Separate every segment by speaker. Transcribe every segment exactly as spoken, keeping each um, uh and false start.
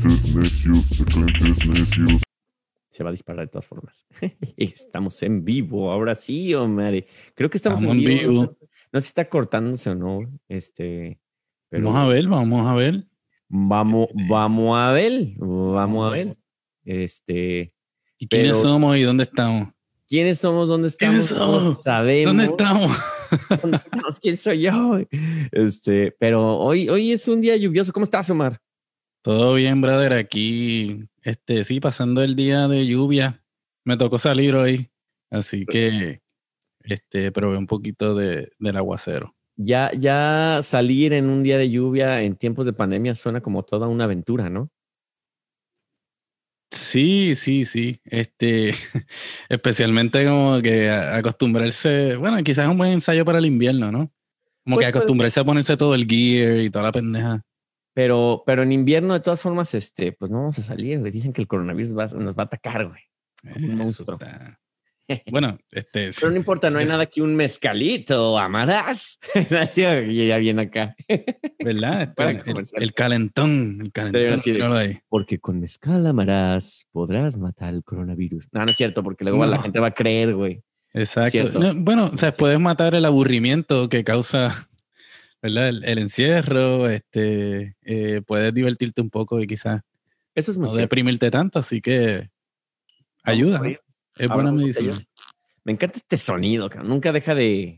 Speaker 1: clientes necios, clientes necios.
Speaker 2: Se va a disparar de todas formas. Estamos en vivo, ahora sí, Omar. Creo que estamos,
Speaker 3: estamos en vivo. vivo.
Speaker 2: No, no sé si está cortándose o no. Este,
Speaker 3: pero vamos a ver, vamos a ver.
Speaker 2: Vamos, vamos a ver, vamos a ver. Este,
Speaker 3: ¿Y quiénes pero, somos y dónde estamos?
Speaker 2: ¿Quiénes somos? ¿Dónde estamos?
Speaker 3: ¿Quiénes somos?
Speaker 2: Sabemos.
Speaker 3: ¿Dónde estamos?
Speaker 2: ¿Dónde estamos? ¿Quién soy yo? Este, pero hoy, hoy es un día lluvioso. ¿Cómo estás, Omar?
Speaker 3: Todo bien, brother. Aquí, este, sí, pasando el día de lluvia. Me tocó salir hoy, así que, este, probé un poquito de, del aguacero.
Speaker 2: Ya, ya salir en un día de lluvia en tiempos de pandemia suena como toda una aventura, ¿no?
Speaker 3: Sí, sí, sí. Este, especialmente como que acostumbrarse, bueno, quizás es un buen ensayo para el invierno, ¿no? Como pues que acostumbrarse a ponerse todo el gear y toda la pendeja.
Speaker 2: Pero, pero en invierno, de todas formas, este, pues no vamos a salir, güey. Dicen que el coronavirus va, nos va a atacar, güey. Como un monstruo.
Speaker 3: Está... Bueno, este.
Speaker 2: Pero no importa, no hay nada que un mezcalito, amarás. ya viene acá.
Speaker 3: ¿Verdad? Este, el, el calentón, el calentón.
Speaker 2: Sí, de, porque con mezcal amarás, podrás matar el coronavirus. No, no es cierto, porque luego no. la gente va a creer, güey.
Speaker 3: Exacto. No, bueno, o sea, puedes matar el aburrimiento que causa, ¿verdad? El, el encierro, este, eh, puedes divertirte un poco y quizás
Speaker 2: eso es muy
Speaker 3: no
Speaker 2: cierto.
Speaker 3: deprimirte tanto, así que ayuda. ¿no? Es
Speaker 2: Ahora,
Speaker 3: buena medicina.
Speaker 2: Me encanta este sonido, que nunca deja de...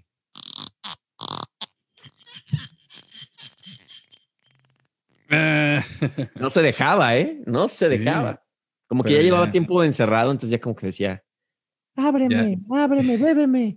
Speaker 2: No se dejaba, ¿eh? No se sí, dejaba. Como que ya, ya llevaba tiempo encerrado, entonces ya como que decía, ábreme, ya. ábreme, bébeme.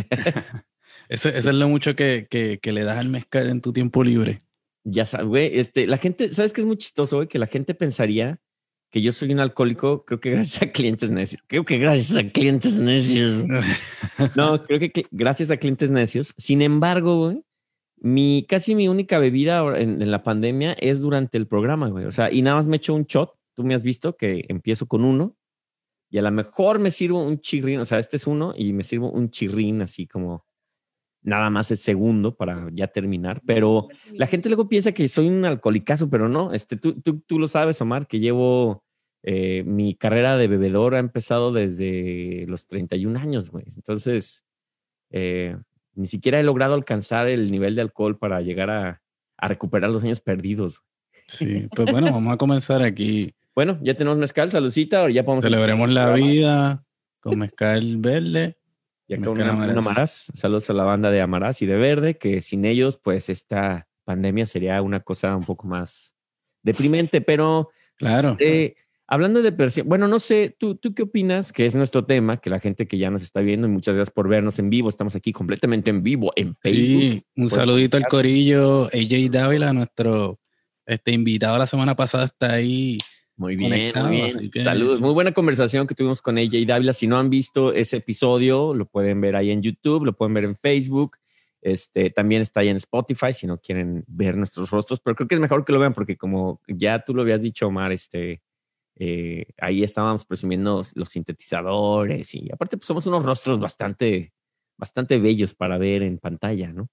Speaker 3: Eso, eso es lo mucho que, que, que le das al mezcal en tu tiempo libre.
Speaker 2: Ya sabes, güey, este, la gente, ¿sabes qué es muy chistoso, güey? Que la gente pensaría que yo soy un alcohólico, creo que gracias a clientes necios. Creo que gracias a clientes necios. No, creo que gracias a clientes necios. Sin embargo, güey, mi, casi mi única bebida en, en la pandemia es durante el programa, güey. O sea, y nada más me echo un shot. Tú me has visto que empiezo con uno y a lo mejor me sirvo un chirrín. O sea, este es uno y me sirvo un chirrín así como nada más el segundo para ya terminar. Pero la gente luego piensa que soy un alcoholicazo, pero no. Este, tú, tú, tú lo sabes, Omar, que llevo eh, mi carrera de bebedor ha empezado desde los treinta y un años, güey. Entonces, eh, ni siquiera he logrado alcanzar el nivel de alcohol para llegar a, a recuperar los años perdidos.
Speaker 3: Sí, pues bueno, vamos a comenzar aquí.
Speaker 2: Bueno, ya tenemos mezcal, saludcita, ahora ya podemos...
Speaker 3: Celebremos la vida con mezcal verde.
Speaker 2: Y acá una, una Amarás. Saludos a la banda de Amarás y de Verde, que sin ellos, pues esta pandemia sería una cosa un poco más deprimente, pero...
Speaker 3: Claro.
Speaker 2: Eh, hablando de depresión, bueno, no sé, ¿tú, ¿tú qué opinas? Que es nuestro tema, que la gente que ya nos está viendo, y muchas gracias por vernos en vivo, estamos aquí completamente en vivo en Facebook.
Speaker 3: Sí, un saludito al corillo, A J Dávila, nuestro este, invitado la semana pasada está ahí.
Speaker 2: Muy bien, muy bien. Que... Saludos. Muy buena conversación que tuvimos con A J Dávila. Si no han visto ese episodio, lo pueden ver ahí en YouTube, lo pueden ver en Facebook. Este, también está ahí en Spotify si no quieren ver nuestros rostros, pero creo que es mejor que lo vean porque como ya tú lo habías dicho, Omar, este, eh, ahí estábamos presumiendo los sintetizadores y aparte pues somos unos rostros bastante, bastante bellos para ver en pantalla, ¿no?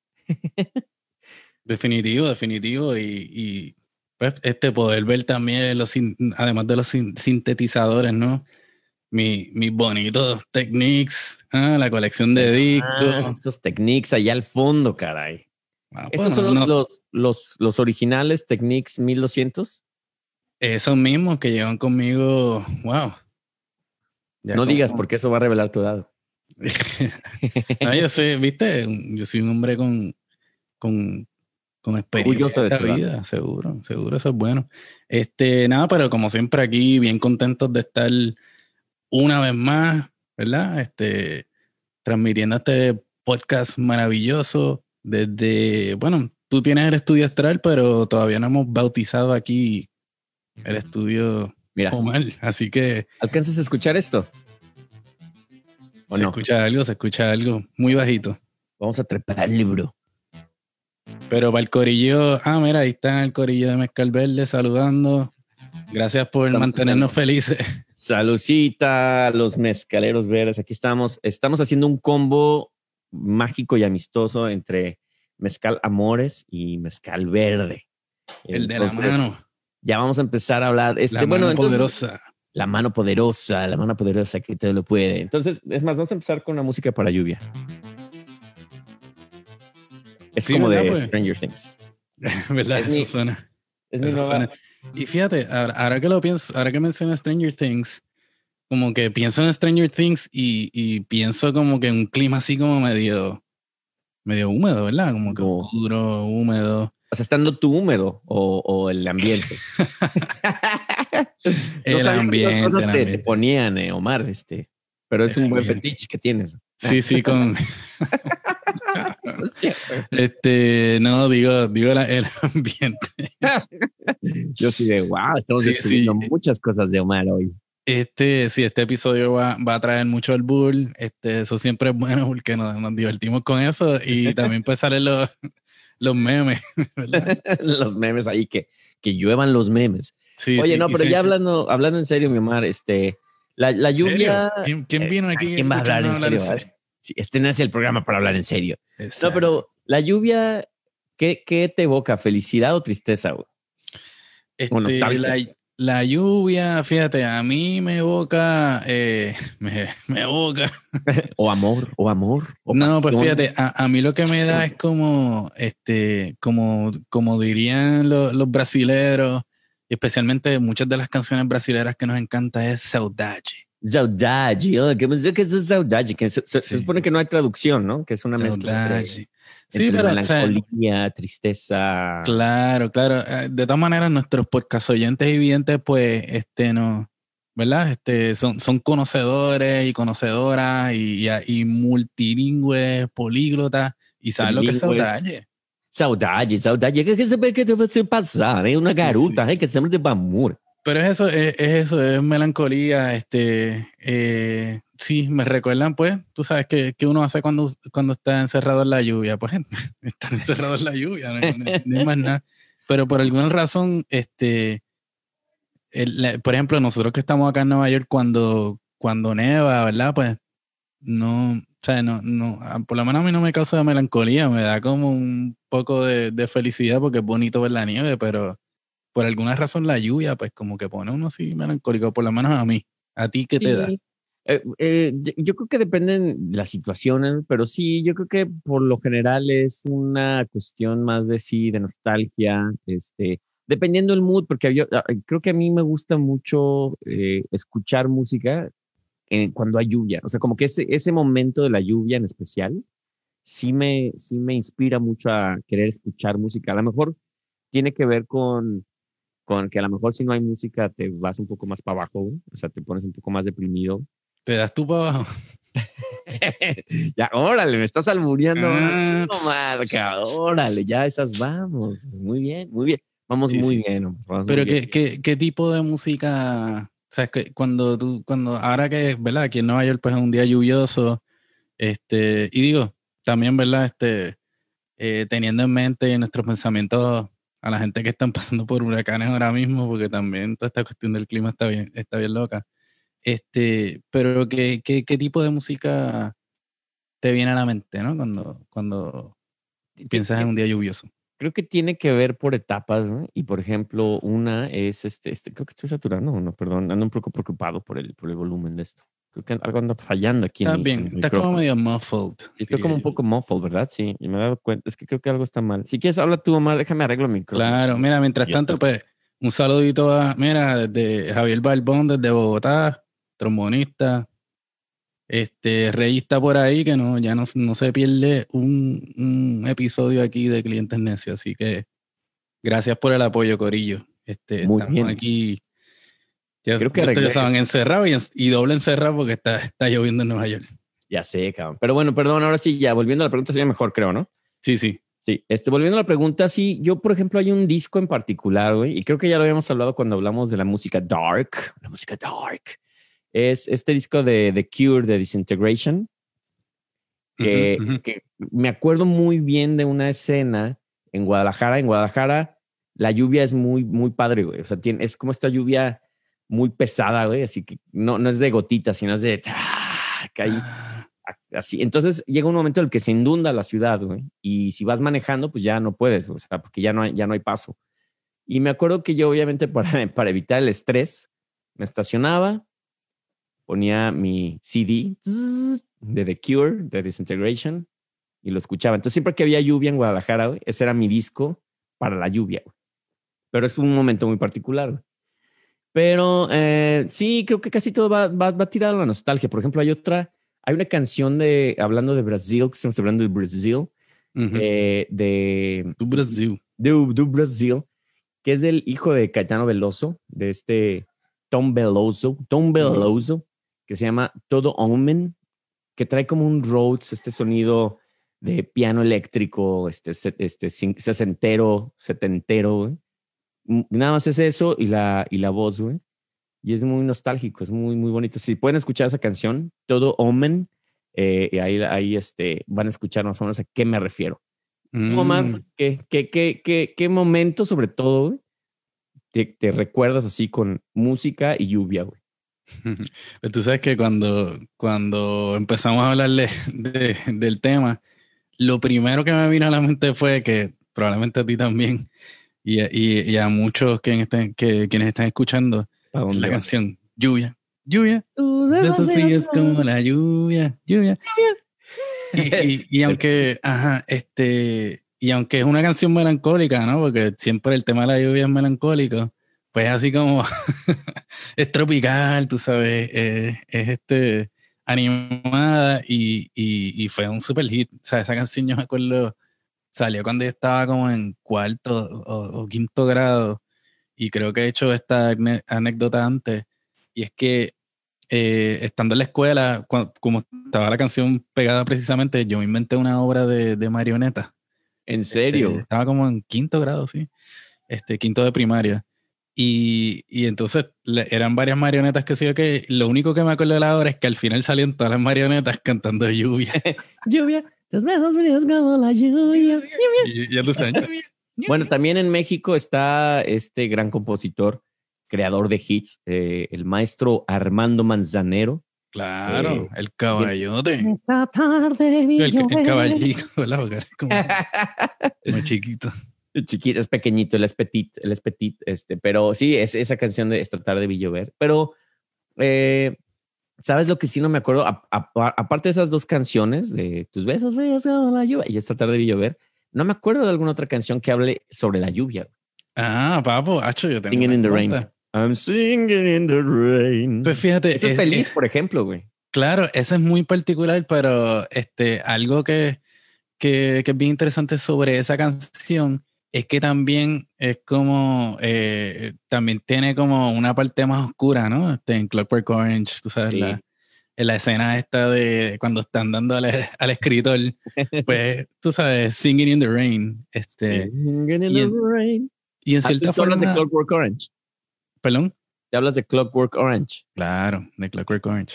Speaker 3: Definitivo, definitivo y... y... Pues este poder ver también los, además de los sintetizadores, ¿no? Mi, mis bonitos Technics, ¿eh? La colección de discos.
Speaker 2: Ah, estos Technics allá al fondo, caray. Ah, ¿estos bueno, son los, no. los, los, los originales Technics mil doscientos?
Speaker 3: Esos mismos que llevan conmigo, wow.
Speaker 2: Ya no como... digas porque eso va a revelar tu edad.
Speaker 3: No, yo soy, viste, yo soy un hombre con... con con experiencia de esta vida, seguro, seguro, eso es bueno. Este, nada, pero como siempre aquí, bien contentos de estar una vez más, ¿verdad? Este, transmitiendo este podcast maravilloso desde, bueno, tú tienes el estudio astral, pero todavía no hemos bautizado aquí el estudio
Speaker 2: Mira,
Speaker 3: Omar, así que...
Speaker 2: ¿alcanzas a escuchar esto?
Speaker 3: ¿O se no? escucha algo, se escucha algo muy bajito.
Speaker 2: Vamos a trepar el libro.
Speaker 3: Pero para el corillo, ah, mira, ahí está el corillo de Mezcal Verde saludando. Gracias por estamos mantenernos felices.
Speaker 2: Salucita, los mezcaleros verdes. Aquí estamos. Estamos haciendo un combo mágico y amistoso entre Mezcal Amores y Mezcal Verde.
Speaker 3: El Entonces, de la mano.
Speaker 2: ya vamos a empezar a hablar. Este,
Speaker 3: la mano
Speaker 2: bueno, entonces,
Speaker 3: poderosa.
Speaker 2: La mano poderosa, la mano poderosa que te lo puede. Entonces, es más, vamos a empezar con una música para lluvia. Es sí, como ¿verdad? De pues, Stranger Things.
Speaker 3: ¿Verdad?
Speaker 2: Es
Speaker 3: Eso
Speaker 2: mi,
Speaker 3: suena.
Speaker 2: Es mi
Speaker 3: Eso
Speaker 2: nueva...
Speaker 3: suena. Y fíjate, ahora, ahora que lo pienso, ahora que mencionas Stranger Things, como que pienso en Stranger Things y, y pienso como que en un clima así como medio, medio húmedo, ¿verdad? Como que
Speaker 2: No.
Speaker 3: oscuro, húmedo.
Speaker 2: O sea, estando tú húmedo o, o el ambiente.
Speaker 3: el
Speaker 2: no
Speaker 3: ambiente,
Speaker 2: cosas
Speaker 3: el
Speaker 2: te,
Speaker 3: ambiente.
Speaker 2: te ponían, eh, Omar, este. Pero es
Speaker 3: el
Speaker 2: un buen
Speaker 3: ambiente.
Speaker 2: fetiche que tienes.
Speaker 3: Sí, sí, con... este, no, digo, digo la, el ambiente.
Speaker 2: Yo sí de, wow, estamos
Speaker 3: sí,
Speaker 2: descubriendo
Speaker 3: sí.
Speaker 2: muchas cosas de Omar hoy.
Speaker 3: Este, sí, este episodio va, va a traer mucho al bull. Este, eso siempre es bueno porque nos, nos divertimos con eso y también pues salen los, los memes, ¿verdad?
Speaker 2: Los memes ahí, que, que lluevan los memes.
Speaker 3: Sí,
Speaker 2: Oye,
Speaker 3: sí,
Speaker 2: no, pero
Speaker 3: sí.
Speaker 2: ya hablando, hablando en serio, mi Omar, este, la, la lluvia...
Speaker 3: ¿Quién, ¿Quién vino aquí?
Speaker 2: Eh, ¿Quién va a hablar, en,
Speaker 3: hablar
Speaker 2: serio,
Speaker 3: en serio?
Speaker 2: Sí, este no es el programa para hablar en serio.
Speaker 3: Exacto.
Speaker 2: No, pero la lluvia, ¿qué, qué te evoca? ¿Felicidad o tristeza, güey?
Speaker 3: Este, la, la lluvia, fíjate, a mí me evoca, eh, me, me evoca.
Speaker 2: o amor, o amor. O
Speaker 3: no,
Speaker 2: pasión.
Speaker 3: pues fíjate, a, a mí lo que me da es como, este, como, como dirían los, los brasileros, especialmente muchas de las canciones brasileras que nos encanta es saudade.
Speaker 2: Saudade, oh, ¿qué música es saudade? Que se, se, sí. se supone que no hay traducción, ¿no? Que es una
Speaker 3: saudade.
Speaker 2: mezcla entre,
Speaker 3: sí,
Speaker 2: entre
Speaker 3: pero,
Speaker 2: melancolía,
Speaker 3: o sea,
Speaker 2: tristeza.
Speaker 3: Claro, claro. De todas maneras, nuestros podcast oyentes y videntes, pues, este, no, ¿verdad? Este, son, son conocedores y conocedoras y, y, y multilingües, políglotas, y saben lo que es saudade.
Speaker 2: Saudade, saudade. ¿Qué se ve que te va a pasar? Es una garuta,
Speaker 3: sí, sí.
Speaker 2: que se llama de amor.
Speaker 3: Pero es eso, es, es eso, es melancolía, este, eh, sí, me recuerdan, pues, tú sabes que, que uno hace cuando, cuando está encerrado en la lluvia, pues, está encerrado en la lluvia, no, no, no hay más nada. Pero por alguna razón, este, el, por ejemplo, nosotros que estamos acá en Nueva York, cuando, cuando neva, ¿verdad? Pues, no, o sea, no, no, por lo menos a mí no me causa melancolía, me da como un poco de, de felicidad porque es bonito ver la nieve, pero por alguna razón la lluvia, pues como que pone uno así melancólico, por lo menos a mí. ¿A ti qué
Speaker 2: sí.
Speaker 3: te da?
Speaker 2: Eh, eh, yo creo que dependen las situaciones, pero sí, yo creo que por lo general es una cuestión más de sí, de nostalgia, este, dependiendo del mood, porque yo creo que a mí me gusta mucho eh, escuchar música en, cuando hay lluvia, o sea, como que ese, ese momento de la lluvia en especial, sí me, sí me inspira mucho a querer escuchar música. A lo mejor tiene que ver con con que a lo mejor si no hay música te vas un poco más para abajo, güey. O sea, te pones un poco más deprimido.
Speaker 3: ¿Te das tú para abajo?
Speaker 2: Ya, órale, me estás albureando. Ah, no, marca, órale, ya esas vamos. Muy bien, muy bien. Vamos sí, muy sí. bien. Vamos
Speaker 3: Pero
Speaker 2: muy
Speaker 3: ¿qué,
Speaker 2: bien.
Speaker 3: ¿qué, qué tipo de música? O sea, que cuando tú, cuando, ahora que, ¿verdad? Aquí en Nueva York, pues es un día lluvioso, este, y digo, también, ¿verdad? Este, eh, teniendo en mente nuestros pensamientos a la gente que están pasando por huracanes ahora mismo, porque también toda esta cuestión del clima está bien, está bien loca. Este, pero ¿qué, qué, qué tipo de música te viene a la mente, ¿no? Cuando, cuando piensas en un día lluvioso.
Speaker 2: Creo que tiene que ver por etapas, ¿no? Y por ejemplo, una es este, este, creo que estoy saturando, no, perdón, ando un poco preocupado por el, por el volumen de esto. Creo que algo anda fallando aquí.
Speaker 3: Está
Speaker 2: en
Speaker 3: bien,
Speaker 2: mi, en
Speaker 3: está como medio muffled.
Speaker 2: Sí, estoy como un poco muffled, ¿verdad? Sí, y me he dado cuenta, es que creo que algo está mal. Si quieres, habla tú, Omar, déjame arreglo mi micrófono.
Speaker 3: Claro, mira, mientras tanto, pues, un saludito a, mira, desde Javier Balbón, desde Bogotá, trombonista, este, Rey está por ahí, que no, ya no, no se pierde un, un episodio aquí de Clientes Necios, así que gracias por el apoyo, Corillo. Este,
Speaker 2: Muy
Speaker 3: estamos
Speaker 2: bien.
Speaker 3: aquí. Ya,
Speaker 2: creo que
Speaker 3: ya
Speaker 2: arreglé.
Speaker 3: estaban encerrados y, y doble encerrado porque está, está lloviendo en Nueva York.
Speaker 2: Ya sé, cabrón. Pero bueno, perdón, ahora sí, ya volviendo a la pregunta, sería mejor, creo, ¿no?
Speaker 3: Sí, sí.
Speaker 2: Sí, este, volviendo a la pregunta, sí, yo, por ejemplo, hay un disco en particular, güey, y creo que ya lo habíamos hablado cuando hablamos de la música dark, la música dark. Es este disco de The Cure, de Disintegration, que, uh-huh, uh-huh. que me acuerdo muy bien de una escena en Guadalajara. En Guadalajara, la lluvia es muy, muy padre, güey. O sea, tiene, es como esta lluvia muy pesada, güey, así que no, no es de gotitas, sino es de... Caí, así. Entonces llega un momento en el que se inunda la ciudad, güey, y si vas manejando, pues ya no puedes, o sea, porque ya no hay, ya no hay paso. Y me acuerdo que yo, obviamente, para, para evitar el estrés, me estacionaba, ponía mi C D de The Cure, de Disintegration, y lo escuchaba. Entonces, siempre que había lluvia en Guadalajara, güey, ese era mi disco para la lluvia, güey. Pero es un momento muy particular, güey. Pero eh, sí, creo que casi todo va, va, va tirado a la nostalgia. Por ejemplo, hay otra, hay una canción de, hablando de Brasil, que estamos hablando de Brasil, uh-huh. eh, de...
Speaker 3: Du Brasil.
Speaker 2: De, de Brasil, que es del hijo de Caetano Veloso, de este Tom Veloso, Tom Veloso, uh-huh. que se llama Todo Omen, que trae como un Rhodes, este sonido de piano eléctrico, este, este sesentero, setentero, güey. Nada más es eso y la, y la voz, güey. Y es muy nostálgico, es muy, muy bonito. Si pueden escuchar esa canción, Todo Omen, eh, y ahí, ahí este, van a escuchar más o menos a qué me refiero. Mm. Omar, ¿qué, qué, qué, qué, qué momento, sobre todo, güey, te, te recuerdas así con música y lluvia, güey?
Speaker 3: Pues tú sabes que cuando, cuando empezamos a hablar de, de, del tema, lo primero que me vino a la mente fue que probablemente a ti también y a, y, y a muchos que estén, que, quienes están escuchando la va? canción Lluvia, lluvia, de esos fríos como la lluvia, lluvia. Y, y, y aunque, ajá, este, y aunque es una canción melancólica, ¿no? Porque siempre el tema de la lluvia es melancólico, pues así como es tropical, tú sabes, eh, es este animada y, y, y fue un super hit. O sea, esa canción yo me acuerdo, salió cuando yo estaba como en cuarto o, o quinto grado y creo que he hecho esta anécdota antes y es que eh, estando en la escuela, cuando, como estaba la canción pegada precisamente, yo me inventé una obra de, de marioneta.
Speaker 2: ¿En serio?
Speaker 3: Este, estaba como en quinto grado, sí, este, quinto de primaria. Y, y entonces le, eran varias marionetas que sí o que lo único que me acuerdo de la obra es que al final salían todas las marionetas cantando lluvia.
Speaker 2: Lluvia, tus besos fríos como la lluvia. lluvia.
Speaker 3: Y, ya tú sabes. Lluvia, lluvia.
Speaker 2: Bueno, también en México está este gran compositor, creador de hits, eh, el maestro Armando Manzanero.
Speaker 3: Claro, eh, el caballote.
Speaker 2: Esta tarde vi
Speaker 3: el, el caballito, ¿verdad? Porque es como, como chiquito.
Speaker 2: Chiquito, es pequeñito, él es petit, él es petit, este, pero sí, es esa canción de Esta tarde vi llover. Pero, eh, ¿sabes lo que sí no me acuerdo? A, a, a, aparte de esas dos canciones, de Tus besos fríos como la lluvia y Esta tarde vi llover, no me acuerdo de alguna otra canción que hable sobre la lluvia.
Speaker 3: Ah, papo, hacho, yo tengo
Speaker 2: Singing in the Rain. I'm singing in the rain.
Speaker 3: Pues fíjate.
Speaker 2: Eso es, es feliz, es, por ejemplo, güey.
Speaker 3: Claro, ese es muy particular, pero este, algo que, que, que es bien interesante sobre esa canción es que también es como, eh, también tiene como una parte más oscura, ¿no? Este, en Clockwork Orange, tú sabes, sí. la, en la escena esta de cuando están dando al, al escritor, pues, tú sabes, Singing in the Rain. Este,
Speaker 2: Singing in
Speaker 3: y en,
Speaker 2: the rain.
Speaker 3: Y en cierta forma...
Speaker 2: hablas de Clockwork Orange?
Speaker 3: ¿Perdón?
Speaker 2: Te hablas de Clockwork Orange.
Speaker 3: Claro, de Clockwork Orange.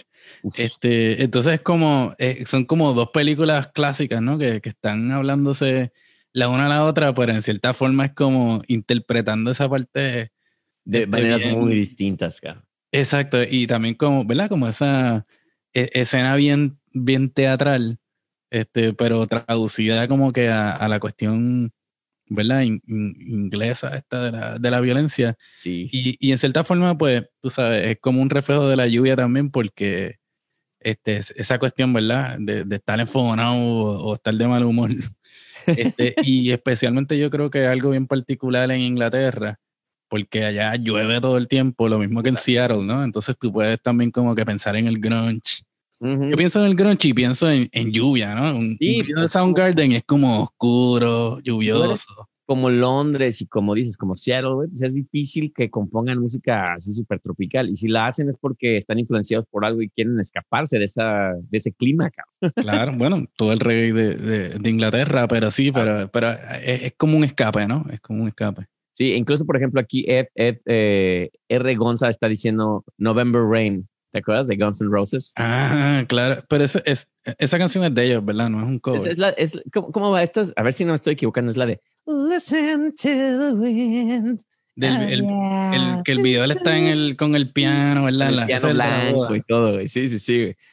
Speaker 3: Este, entonces es como, eh, son como dos películas clásicas, ¿no? Que, que están hablándose la una a la otra, pero en cierta forma es como interpretando esa parte
Speaker 2: de este, maneras bien, muy distintas, cara.
Speaker 3: Exacto, y también como, ¿verdad? Como esa e- escena bien, bien teatral, este, pero traducida como que a, a la cuestión, ¿verdad? In, in, inglesa esta de la, de la violencia.
Speaker 2: Sí.
Speaker 3: Y, y en cierta forma, pues, tú sabes, es como un reflejo de la lluvia también, porque este, esa cuestión, ¿verdad? De, de estar enfogonado o, o estar de mal humor. Este, y especialmente yo creo que es algo bien particular en Inglaterra, porque allá llueve todo el tiempo, lo mismo que en Seattle, ¿no? Entonces tú puedes también como que pensar en el grunge. Uh-huh. Yo pienso en el grunge y pienso en, en lluvia, ¿no? Un, sí, un video de Soundgarden es como oscuro, lluvioso.
Speaker 2: Como Londres y como dices, como Seattle, güey, pues es difícil que compongan música así súper tropical. Y si la hacen es porque están influenciados por algo y quieren escaparse de, esa, de ese clima, cabrón.
Speaker 3: Claro, bueno, todo el reggae de, de, de Inglaterra, pero sí, pero, pero es, es como un escape, ¿no? Es como un escape.
Speaker 2: Sí, incluso, por ejemplo, aquí Ed, Ed eh, R. Gonza está diciendo November Rain. ¿Te acuerdas de Guns N' Roses?
Speaker 3: Ah, claro. Pero ese, es, esa canción es de ellos, ¿verdad? No es un cover.
Speaker 2: Es, es la, es, ¿cómo, ¿Cómo va esta? A ver si no me estoy equivocando. Es la de Listen to the wind.
Speaker 3: Del, el, el, que el video él está en el, con el piano, ¿verdad?
Speaker 2: El
Speaker 3: la,
Speaker 2: piano blanco y todo, güey. Sí, sí, sí, güey.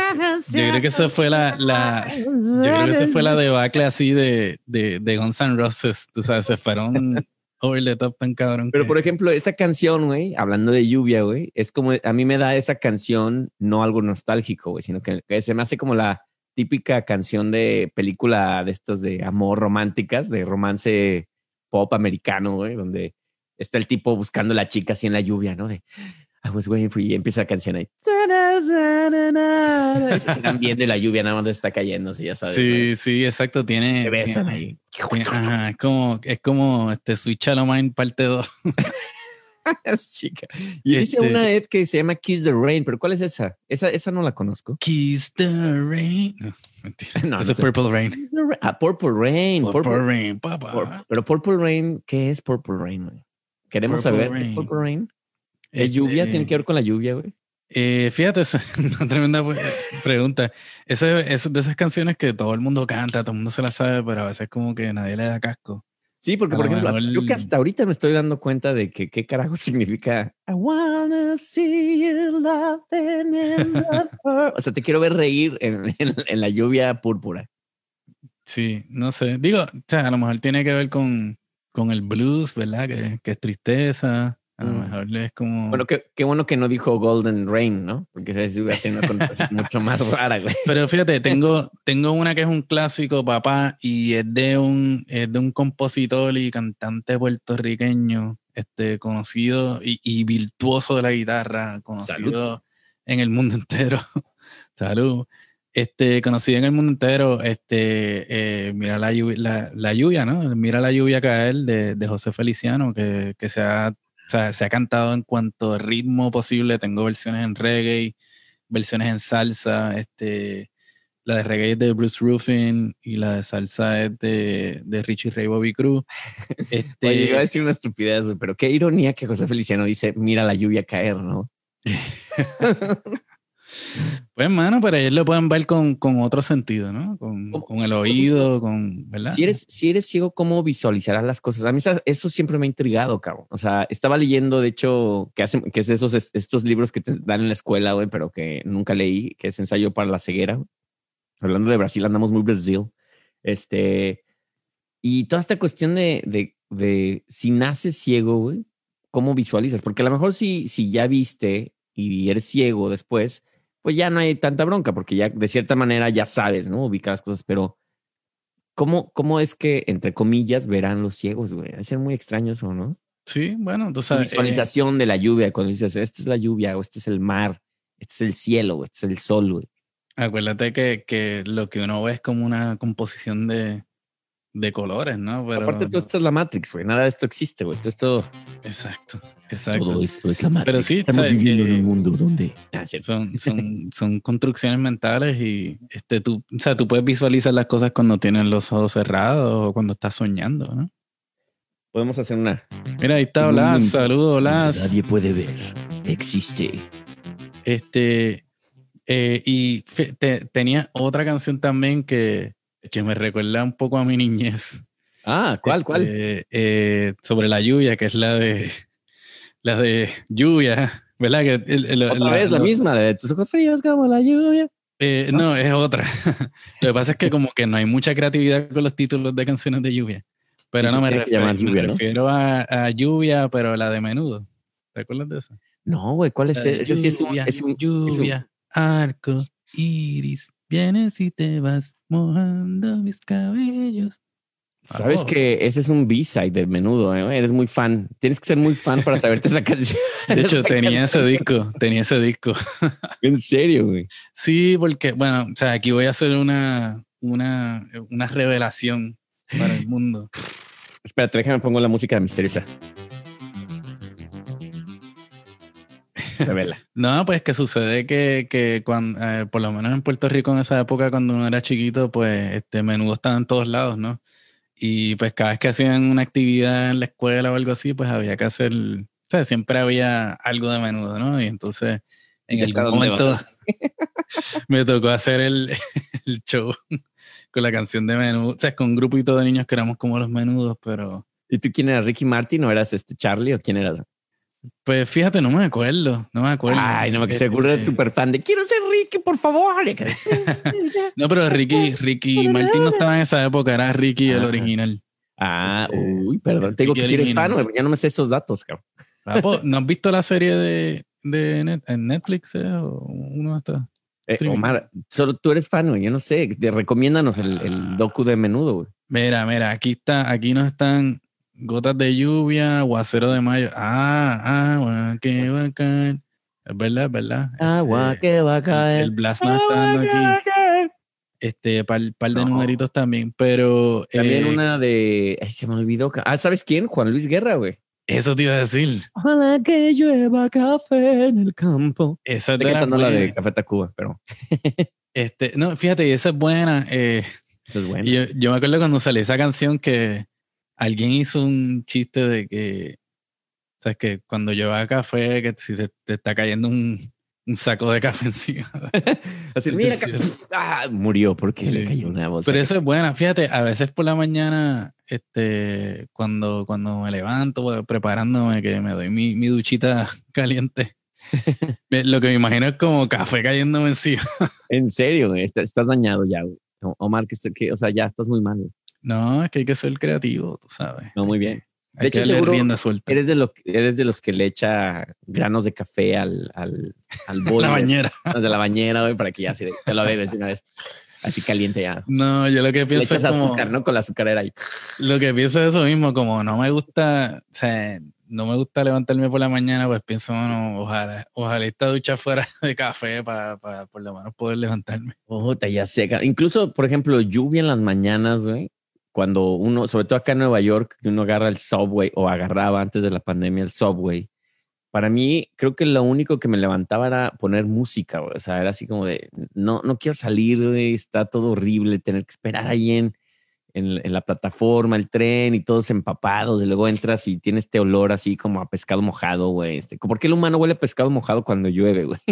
Speaker 3: Yo creo que esa fue la, la yo creo que esa fue la debacle así de, de, de Guns N' Roses. Tú sabes, se fueron over the top tan cabrón.
Speaker 2: Pero
Speaker 3: que...
Speaker 2: por ejemplo, esa canción, güey, hablando de lluvia, güey, es como, a mí me da esa canción no algo nostálgico, güey, sino que, que se me hace como la típica canción de película de estas de amor románticas, de romance pop americano, güey, donde está el tipo buscando a la chica así en la lluvia, ¿no? De I was waiting for you. Y empieza la canción ahí. Y se quedan bien de la lluvia, nada más está cayendo, si ya sabes.
Speaker 3: Sí,
Speaker 2: ¿no?
Speaker 3: sí, exacto. Tiene.
Speaker 2: Se besan
Speaker 3: tiene,
Speaker 2: ahí.
Speaker 3: Tiene, ajá, es como, es como este Sweet Child O' Mine parte dos.
Speaker 2: Chica. Y este, dice una Ed que se llama Kiss the Rain, pero ¿cuál es esa? Esa, esa no la conozco.
Speaker 3: Kiss the Rain. No, mentira.
Speaker 2: No,
Speaker 3: es
Speaker 2: no
Speaker 3: Purple Rain.
Speaker 2: Ah, Purple Rain.
Speaker 3: Purple,
Speaker 2: Purple
Speaker 3: Rain, papá.
Speaker 2: Por, pero Purple Rain, ¿qué es Purple Rain, güey? Queremos
Speaker 3: Purple
Speaker 2: saber.
Speaker 3: Rain.
Speaker 2: Purple Rain. ¿Es
Speaker 3: este,
Speaker 2: lluvia? ¿Tiene que ver con la lluvia, güey?
Speaker 3: Eh, fíjate, esa es una tremenda pregunta. Esa es de esas canciones que todo el mundo canta, todo el mundo se la sabe, pero a veces como que nadie le da casco.
Speaker 2: Sí, porque,
Speaker 3: a
Speaker 2: por ejemplo,
Speaker 3: mejor...
Speaker 2: creo que hasta ahorita me estoy dando cuenta de que qué carajo significa I wanna see you laughing in the O sea, te quiero ver reír en, en, en la lluvia púrpura.
Speaker 3: Sí, no sé. Digo, o sea, a lo mejor tiene que ver con, con el blues, ¿verdad? Que, que es tristeza. A lo mm. mejor es como...
Speaker 2: Bueno, qué, qué bueno que no dijo Golden Rain, ¿no? Porque se hubiera tenido una connotación mucho más rara, güey.
Speaker 3: Pero fíjate, tengo, tengo una que es un clásico, papá, y es de un, es de un compositor y cantante puertorriqueño, este, conocido y, y virtuoso de la guitarra, conocido Salud. En el mundo entero. Salud. Este, conocido en el mundo entero, este, eh, mira la lluvia, la, la lluvia, ¿no? Mira la lluvia caer de, de José Feliciano, que, que se ha O sea, se ha cantado en cuanto ritmo posible. Tengo versiones en reggae, versiones en salsa. Este, la de reggae es de Bruce Ruffin y la de salsa es de, de Richie Ray Bobby Cruz. Este,
Speaker 2: Oye, iba a decir una estupidez, pero qué ironía que José Feliciano dice, mira la lluvia caer, ¿no?
Speaker 3: Pues, mano, pero ellos lo pueden ver con, con otro sentido, ¿no? Con, con el oído, con, ¿verdad?
Speaker 2: Si eres, si eres ciego, ¿cómo visualizarás las cosas? A mí eso siempre me ha intrigado, cabrón. O sea, estaba leyendo, de hecho, que, hacen, que es de esos estos libros que te dan en la escuela, güey, pero que nunca leí, que es Ensayo para la ceguera. Hablando de Brasil, andamos muy Brasil. Este, y toda esta cuestión de, de, de si naces ciego, güey, ¿cómo visualizas? Porque a lo mejor si, si ya viste y eres ciego después, pues ya no hay tanta bronca, porque ya de cierta manera ya sabes, ¿no? Ubicar las cosas, pero ¿cómo, cómo es que, entre comillas, verán los ciegos, güey? Debe ser muy extraño eso, ¿no?
Speaker 3: Sí, bueno, tú sabes.
Speaker 2: La visualización eh, de la lluvia, cuando dices, esta es la lluvia, o este es el mar, este es el cielo, este es el sol, güey.
Speaker 3: Acuérdate que, que lo que uno ve es como una composición de, de colores, ¿no? Pero,
Speaker 2: aparte, todo esto es la Matrix, güey. Nada de esto existe, güey. Todo esto...
Speaker 3: Exacto, exacto.
Speaker 2: Todo esto es la Matrix.
Speaker 3: Pero sí,
Speaker 2: estamos
Speaker 3: ¿sabes?
Speaker 2: viviendo
Speaker 3: eh,
Speaker 2: en un mundo donde... Ah,
Speaker 3: son, son, son construcciones mentales y este, tú, o sea, tú puedes visualizar las cosas cuando tienes los ojos cerrados o cuando estás soñando, ¿no?
Speaker 2: Podemos hacer una...
Speaker 3: Mira, ahí está Olas, saludos Olas.
Speaker 2: Nadie puede ver, existe.
Speaker 3: Este... Eh, y te, tenía otra canción también que, que me recuerda un poco a mi niñez.
Speaker 2: Ah, ¿cuál,
Speaker 3: este,
Speaker 2: cuál?
Speaker 3: Eh, sobre la lluvia, que es la de la de lluvia, ¿verdad? Que el, el,
Speaker 2: otra
Speaker 3: la,
Speaker 2: vez la
Speaker 3: lo,
Speaker 2: misma, de tus ojos fríos como la lluvia.
Speaker 3: Eh, ¿no? no, es otra. Lo que pasa es que como que no hay mucha creatividad con los títulos de canciones de lluvia. Pero sí, no, me, refiero, lluvia, me ¿no? refiero a, a lluvia, pero la de Menudo. ¿Te acuerdas de eso?
Speaker 2: No, güey, ¿cuál es? Ese sí es un...
Speaker 3: Lluvia,
Speaker 2: es un,
Speaker 3: lluvia.
Speaker 2: Es un,
Speaker 3: arco iris, vienes y te vas mojando mis cabellos.
Speaker 2: Sabes oh. que ese es un B-side de Menudo, ¿eh? Eres muy fan. Tienes que ser muy fan para saberte esa canción.
Speaker 3: De hecho, tenía canción. ese disco, tenía ese disco.
Speaker 2: ¿En serio, güey?
Speaker 3: Sí, porque, bueno, o sea, aquí voy a hacer una, una, una revelación para el mundo.
Speaker 2: Espérate, déjame pongo la música misteriosa. Revela.
Speaker 3: No, pues que sucede que, que cuando, eh, por lo menos en Puerto Rico en esa época cuando uno era chiquito, pues este Menudo estaba en todos lados, ¿no? Y pues cada vez que hacían una actividad en la escuela o algo así, pues había que hacer, o sea, siempre había algo de Menudo, ¿no? Y entonces en
Speaker 2: ¿Y
Speaker 3: algún momento me tocó hacer el, el show con la canción de Menudo, o sea, con un grupito de niños que éramos como los Menudos, pero...
Speaker 2: ¿Y tú quién eras? ¿Ricky Martin o eras este Charlie o quién eras?
Speaker 3: Pues fíjate, no me acuerdo, no me acuerdo.
Speaker 2: Ay, no, que seguro eres súper fan de quiero ser Ricky, por favor.
Speaker 3: No, pero Ricky, Ricky Martin no estaba en esa época, era Ricky el original.
Speaker 2: Ah,
Speaker 3: Este,
Speaker 2: uy, perdón.
Speaker 3: el
Speaker 2: Te digo que
Speaker 3: pique
Speaker 2: si eres
Speaker 3: original.
Speaker 2: fan, güey. Ya no me sé esos datos, cabrón.
Speaker 3: Papo, ¿no has visto la serie de, de Net- en Netflix eh, o uno de estos?
Speaker 2: Eh,
Speaker 3: streaming?
Speaker 2: Omar, solo tú eres fan, güey. Yo no sé. Te recomiéndanos el, el docu de Menudo, güey.
Speaker 3: Mira, mira, aquí está, aquí nos están gotas de lluvia, aguacero de mayo. Ah, ah, bueno, qué bacán. Es verdad, es verdad.
Speaker 2: Agua
Speaker 3: Este,
Speaker 2: que va a
Speaker 3: el,
Speaker 2: caer.
Speaker 3: el Blast nos está dando
Speaker 2: Agua que
Speaker 3: aquí.
Speaker 2: va a caer.
Speaker 3: Este, par, par de
Speaker 2: No.
Speaker 3: numeritos también, pero
Speaker 2: También
Speaker 3: eh,
Speaker 2: una de. Ay, se me olvidó. Ah, ¿sabes quién? Juan Luis Guerra, güey.
Speaker 3: eso te iba a decir.
Speaker 2: Ojalá que llueva café en el campo.
Speaker 3: Esa es
Speaker 2: Estoy
Speaker 3: de las
Speaker 2: cantando la de
Speaker 3: buenas.
Speaker 2: Café Tacuba, pero
Speaker 3: Este, no, fíjate, esa es buena. Eh,
Speaker 2: esa es buena.
Speaker 3: y yo, yo me acuerdo cuando salió esa canción que alguien hizo un chiste de que, sabes que cuando lleva café, que si te, te está cayendo un, un saco de café encima.
Speaker 2: Así,
Speaker 3: Es
Speaker 2: mira,
Speaker 3: decir,
Speaker 2: pf, ah, murió porque
Speaker 3: sí.
Speaker 2: le cayó una bolsa.
Speaker 3: Pero esa es buena, fíjate, a veces por la mañana, este, cuando, cuando me levanto, pues, preparándome, que me doy mi, mi duchita caliente, me- lo que me imagino es como café cayéndome encima.
Speaker 2: En serio, güey, está- estás dañado ya, güey. No, Omar, que, este- que, o sea, ya estás muy mal, güey.
Speaker 3: No, es que hay que ser creativo, tú sabes.
Speaker 2: No,
Speaker 3: Hay
Speaker 2: muy
Speaker 3: que-
Speaker 2: bien.
Speaker 3: Hay
Speaker 2: De
Speaker 3: que
Speaker 2: hecho,
Speaker 3: darle
Speaker 2: seguro
Speaker 3: rienda suelta.
Speaker 2: eres de, lo, eres de los que le echa granos de café al, al, al bol.
Speaker 3: La
Speaker 2: de-
Speaker 3: bañera.
Speaker 2: De la bañera, güey, para que ya así de- te lo bebes de una vez. Así caliente ya.
Speaker 3: No, yo lo que
Speaker 2: Le
Speaker 3: pienso
Speaker 2: echas
Speaker 3: es como...
Speaker 2: azúcar, ¿no? Con la azucarera ahí.
Speaker 3: Lo que pienso es eso mismo, como no me gusta, o sea, no me gusta levantarme por la mañana, pues pienso, bueno, ojalá, ojalá esta ducha fuera de café para, para por lo menos poder levantarme.
Speaker 2: Puta, ya seca. Incluso, por ejemplo, lluvia en las mañanas, güey. Cuando uno, sobre todo acá en Nueva York, que uno agarra el subway o agarraba antes de la pandemia el subway. Para mí, creo que lo único que me levantaba era poner música, güey. O sea, era así como de, no, no quiero salir, güey. Está todo horrible. Tener que esperar ahí en, en, en la plataforma, el tren y todos empapados. Y luego entras y tienes este olor así como a pescado mojado, güey. Este, ¿por qué el humano huele a pescado mojado cuando llueve, güey?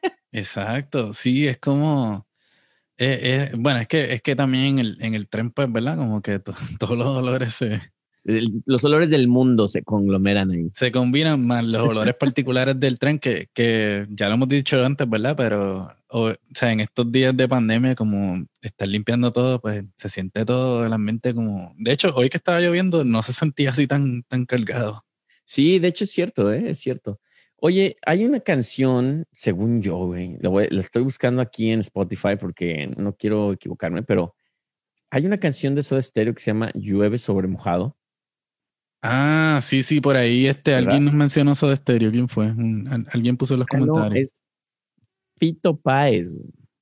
Speaker 3: Exacto, sí, es como, eh, eh, bueno, es que, es que también en el, en el tren, pues, ¿verdad? Como que to- todos los olores se,
Speaker 2: El- los olores del mundo se conglomeran ahí.
Speaker 3: se combinan más los olores particulares del tren que, que ya lo hemos dicho antes, ¿verdad? Pero, o, o sea, en estos días de pandemia, como estar limpiando todo, pues se siente todo el ambiente como... De hecho, hoy que estaba lloviendo no se sentía así tan, tan cargado.
Speaker 2: Sí, de hecho es cierto, ¿eh? Es cierto. Oye, hay una canción, según yo, güey, la, voy- la estoy buscando aquí en Spotify porque no quiero equivocarme, pero hay una canción de Soda Stereo que se llama Llueve sobre mojado,
Speaker 3: Ah, sí, sí, por ahí este,
Speaker 2: ¿verdad?
Speaker 3: alguien nos mencionó eso de estéreo. ¿Quién fue? Un- al- alguien puso en los
Speaker 2: Ah, no,
Speaker 3: comentarios.
Speaker 2: es Fito Páez.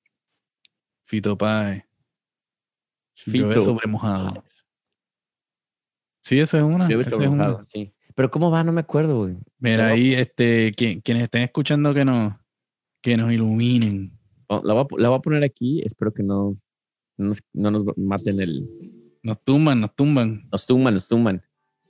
Speaker 3: Fito Páez.
Speaker 2: Fito
Speaker 3: Llueve sobre mojado.
Speaker 2: Páez.
Speaker 3: Sí, esa es una.
Speaker 2: Llueve
Speaker 3: Esa
Speaker 2: sobre
Speaker 3: es una.
Speaker 2: mojado, sí. Pero ¿cómo va? No me acuerdo, güey.
Speaker 3: Mira,
Speaker 2: La voy
Speaker 3: ahí, este, quien- quienes estén escuchando que nos, que nos iluminen.
Speaker 2: a, la voy a- la voy a poner aquí. Espero que no, no, nos, no nos maten el...
Speaker 3: Nos tumban, nos tumban.
Speaker 2: Nos tumban, nos tumban.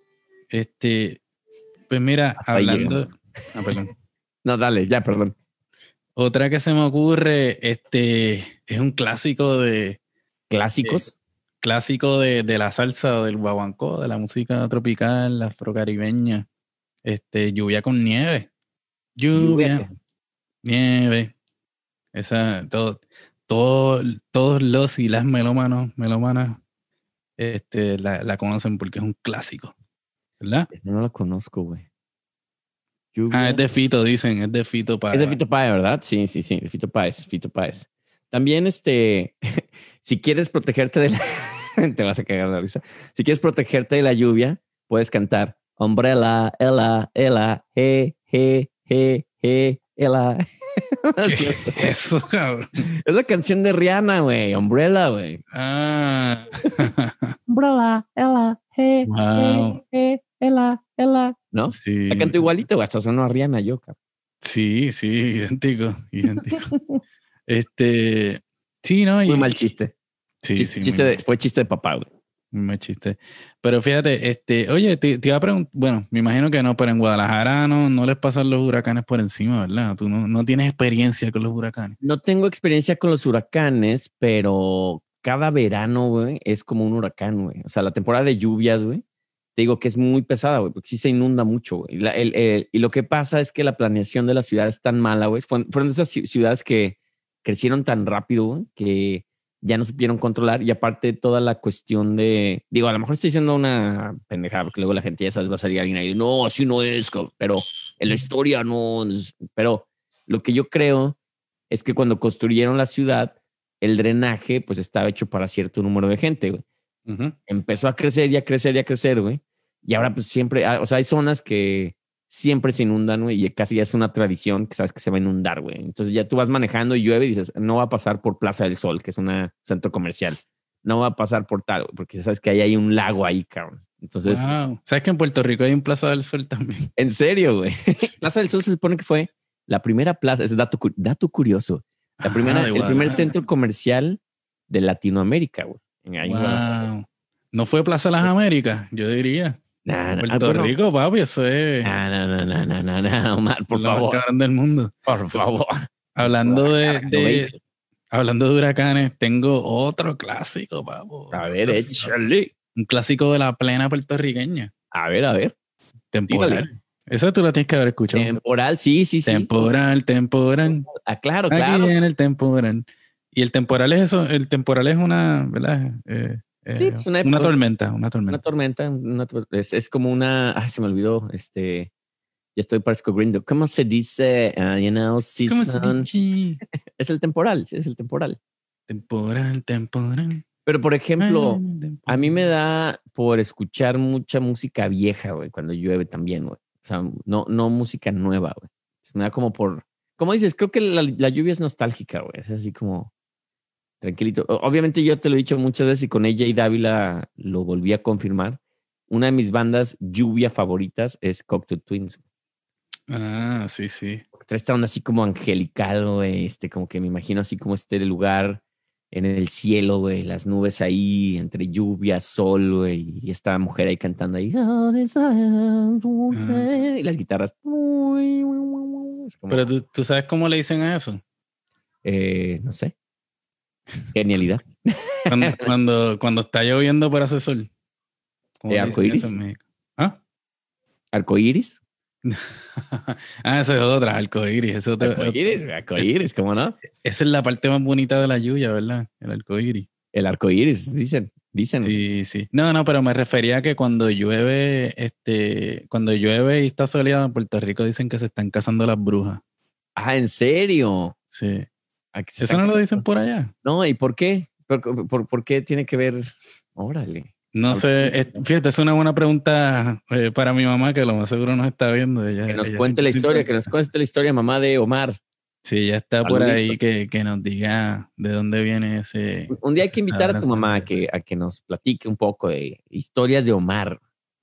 Speaker 3: Este, pues mira,
Speaker 2: Hasta ahí
Speaker 3: hablando.
Speaker 2: llegamos.
Speaker 3: Ah, perdón.
Speaker 2: No, dale, ya, perdón.
Speaker 3: Otra que se me ocurre, este, es un clásico de,
Speaker 2: ¿Clásicos?
Speaker 3: clásico de, de la salsa o del guaguancó, de la música tropical, afrocaribeña. Este, lluvia con nieve. Lluvia,
Speaker 2: Lluvia.
Speaker 3: nieve. Esa, todo, todo, todos los y las melómanos, melómanas, este, la, la conocen porque es un clásico, ¿verdad?
Speaker 2: No lo conozco, güey.
Speaker 3: Ah,
Speaker 2: Lluvia.
Speaker 3: es de Fito, dicen, es de Fito para.
Speaker 2: Es de Fito Páez, ¿verdad? Sí, sí, sí, Fito Páez, Fito Páez. También, este, si quieres protegerte de la... te vas a cagar la risa. Si quieres protegerte de la lluvia, puedes cantar Umbrella, ela, ela, he, he, he, he, ela.
Speaker 3: ¿Qué es eso, cabrón?
Speaker 2: Es la canción de Rihanna, güey. Umbrella, güey.
Speaker 3: Ah.
Speaker 2: Umbrella, ela, he,
Speaker 3: Wow.
Speaker 2: he, he, ela, ela. ¿No?
Speaker 3: Sí.
Speaker 2: La canto igualito, güey. Hasta sonó a Rihanna yo, cabrón.
Speaker 3: Sí, sí, idéntico, idéntico. Este, sí, ¿no? Y,
Speaker 2: Muy mal chiste.
Speaker 3: sí,
Speaker 2: Chiste,
Speaker 3: sí,
Speaker 2: chiste
Speaker 3: muy
Speaker 2: de-
Speaker 3: mal.
Speaker 2: fue chiste de papá, güey.
Speaker 3: Muy mal chiste. Pero fíjate, este, oye, te, te iba a preguntar, bueno, me imagino que no, pero en Guadalajara no, no les pasan los huracanes por encima, ¿verdad? Tú no, no tienes experiencia con los huracanes.
Speaker 2: No tengo experiencia con los huracanes, pero cada verano, güey, es como un huracán, güey. O sea, la temporada de lluvias, güey, te digo que es muy pesada, güey, porque sí se inunda mucho, güey. Y, la- el- el- y lo que pasa es que la planeación de la ciudad es tan mala, güey. Fueron, fueron esas ci- ciudades que crecieron tan rápido, güey, que ya no supieron controlar y aparte toda la cuestión de, digo, a lo mejor estoy diciendo una pendejada porque luego la gente ya sabes, va a salir alguien ahí, no, así no es, pero en la historia no, pero lo que yo creo es que cuando construyeron la ciudad, el drenaje pues estaba hecho para cierto número de gente, güey. Uh-huh. Empezó a crecer y a crecer y a crecer, güey. Y ahora pues siempre, o sea, hay zonas que siempre se inundan, güey, y casi ya es una tradición que sabes que se va a inundar, güey. Entonces ya tú vas manejando y llueve y dices, no va a pasar por Plaza del Sol, que es un centro comercial. No va a pasar por tal, güey, porque sabes que ahí hay un lago ahí, cabrón. Entonces,
Speaker 3: wow. ¿Sabes que en Puerto Rico hay un Plaza del Sol también?
Speaker 2: En serio, güey. Plaza del Sol se supone que fue la primera plaza, es dato, dato curioso, la primera, ah, el primer centro comercial de Latinoamérica, güey.
Speaker 3: Wow. ¿No fue Plaza Las Américas? Yo diría.
Speaker 2: Nah, nah,
Speaker 3: Puerto
Speaker 2: bueno,
Speaker 3: Rico, papi, eso es.
Speaker 2: No, no, no, no, no, no, Omar, por
Speaker 3: lo
Speaker 2: favor.
Speaker 3: más cabrón del mundo.
Speaker 2: Por favor.
Speaker 3: Hablando de, de hablando de huracanes, tengo otro clásico, papo.
Speaker 2: A ver, échale.
Speaker 3: Un clásico de la plena puertorriqueña.
Speaker 2: A ver, a ver.
Speaker 3: Temporal. Dígale. Eso tú lo tienes que haber escuchado.
Speaker 2: Temporal, sí, sí, sí.
Speaker 3: Temporal, temporal.
Speaker 2: Ah, claro,
Speaker 3: Aquí
Speaker 2: claro.
Speaker 3: viene el temporal. Y el temporal es eso, el temporal es una, ¿verdad? Eh,
Speaker 2: sí,
Speaker 3: eh,
Speaker 2: pues una,
Speaker 3: una tormenta, una tormenta.
Speaker 2: Una tormenta, una, es, es como una, ay, se me olvidó, este, ya estoy parezco gringo. ¿Cómo se dice? Uh, you know, season. Es el temporal, sí, es el temporal.
Speaker 3: Temporal, temporal.
Speaker 2: Pero, por ejemplo, a mí me da por escuchar mucha música vieja, güey, cuando llueve también, güey. O sea, no, no música nueva, güey. Me da como por, como dices, creo que la, la lluvia es nostálgica, güey. Es así como tranquilito. Obviamente yo te lo he dicho muchas veces y con ella y Dávila lo volví a confirmar. Una de mis bandas lluvia favoritas es Cocteau Twins.
Speaker 3: Ah, sí, sí.
Speaker 2: Trae esta onda así como angelical, güey. Este, como que me imagino así como este lugar en el cielo, güey. Las nubes ahí, entre lluvia, sol, güey. Y esta mujer ahí cantando ahí. Ah. Y las guitarras. Como,
Speaker 3: pero ¿tú, tú sabes cómo le dicen a eso.
Speaker 2: Eh, no sé. Genialidad.
Speaker 3: Cuando, cuando, cuando está lloviendo por hacer sol.
Speaker 2: ¿Eh, ¿Arcoíris?
Speaker 3: ¿Ah?
Speaker 2: ¿Arcoíris?
Speaker 3: Ah, esa es otra, arcoíris. Es otra,
Speaker 2: arcoíris, arcoíris, ¿cómo no?
Speaker 3: Esa es la parte más bonita de la lluvia, ¿verdad? El arcoíris.
Speaker 2: El arcoíris, dicen, dicen.
Speaker 3: Sí, sí. No, no, pero me refería a que cuando llueve, este, cuando llueve y está soleado en Puerto Rico dicen que se están casando las brujas.
Speaker 2: Ah, ¿en serio?
Speaker 3: Sí. ¿Eso no lo dicen por allá?
Speaker 2: No, ¿y por qué? ¿Por, por, por qué tiene que ver? Órale.
Speaker 3: No sé, es, fíjate, es una buena pregunta eh, para mi mamá, que lo más seguro nos está viendo. Ella,
Speaker 2: que nos
Speaker 3: ella
Speaker 2: cuente la historia, que nos cuente la historia, mamá de Omar.
Speaker 3: Sí, ya está por ahí, que, que nos diga de dónde viene ese...
Speaker 2: Un día hay que invitar a tu mamá a que, a que nos platique un poco de historias de Omar.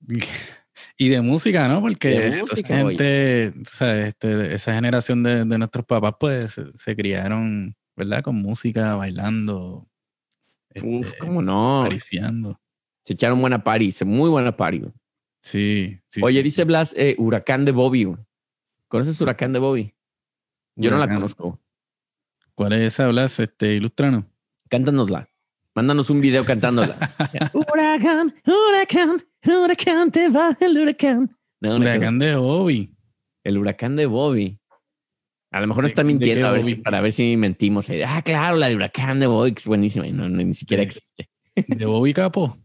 Speaker 3: Y de música, ¿no? Porque
Speaker 2: de música,
Speaker 3: gente, o sea, este, esa generación de, de nuestros papás, pues, se, se criaron, ¿verdad? Con música, bailando.
Speaker 2: Uf,
Speaker 3: este,
Speaker 2: ¿cómo no?
Speaker 3: Acariciando.
Speaker 2: Se echaron buena party, muy buena party.
Speaker 3: Sí, sí.
Speaker 2: Oye,
Speaker 3: sí,
Speaker 2: dice
Speaker 3: sí.
Speaker 2: Blas, eh, Huracán de Bobby. ¿Conoces Huracán de Bobby? Yo
Speaker 3: Huracán.
Speaker 2: no la conozco.
Speaker 3: ¿Cuál es esa, Blas? Este, ilústranos.
Speaker 2: Cántanosla. Mándanos un video cantándola. Huracán, huracán, huracán, te va el huracán.
Speaker 3: No, huracán de Bobby.
Speaker 2: El huracán de Bobby. A lo mejor no está mintiendo a ver si, para ver si mentimos. Ah, claro, la de Huracán de Bobby, que es buenísima y no, no, ni siquiera
Speaker 3: de,
Speaker 2: existe.
Speaker 3: ¿De Bobby Capó?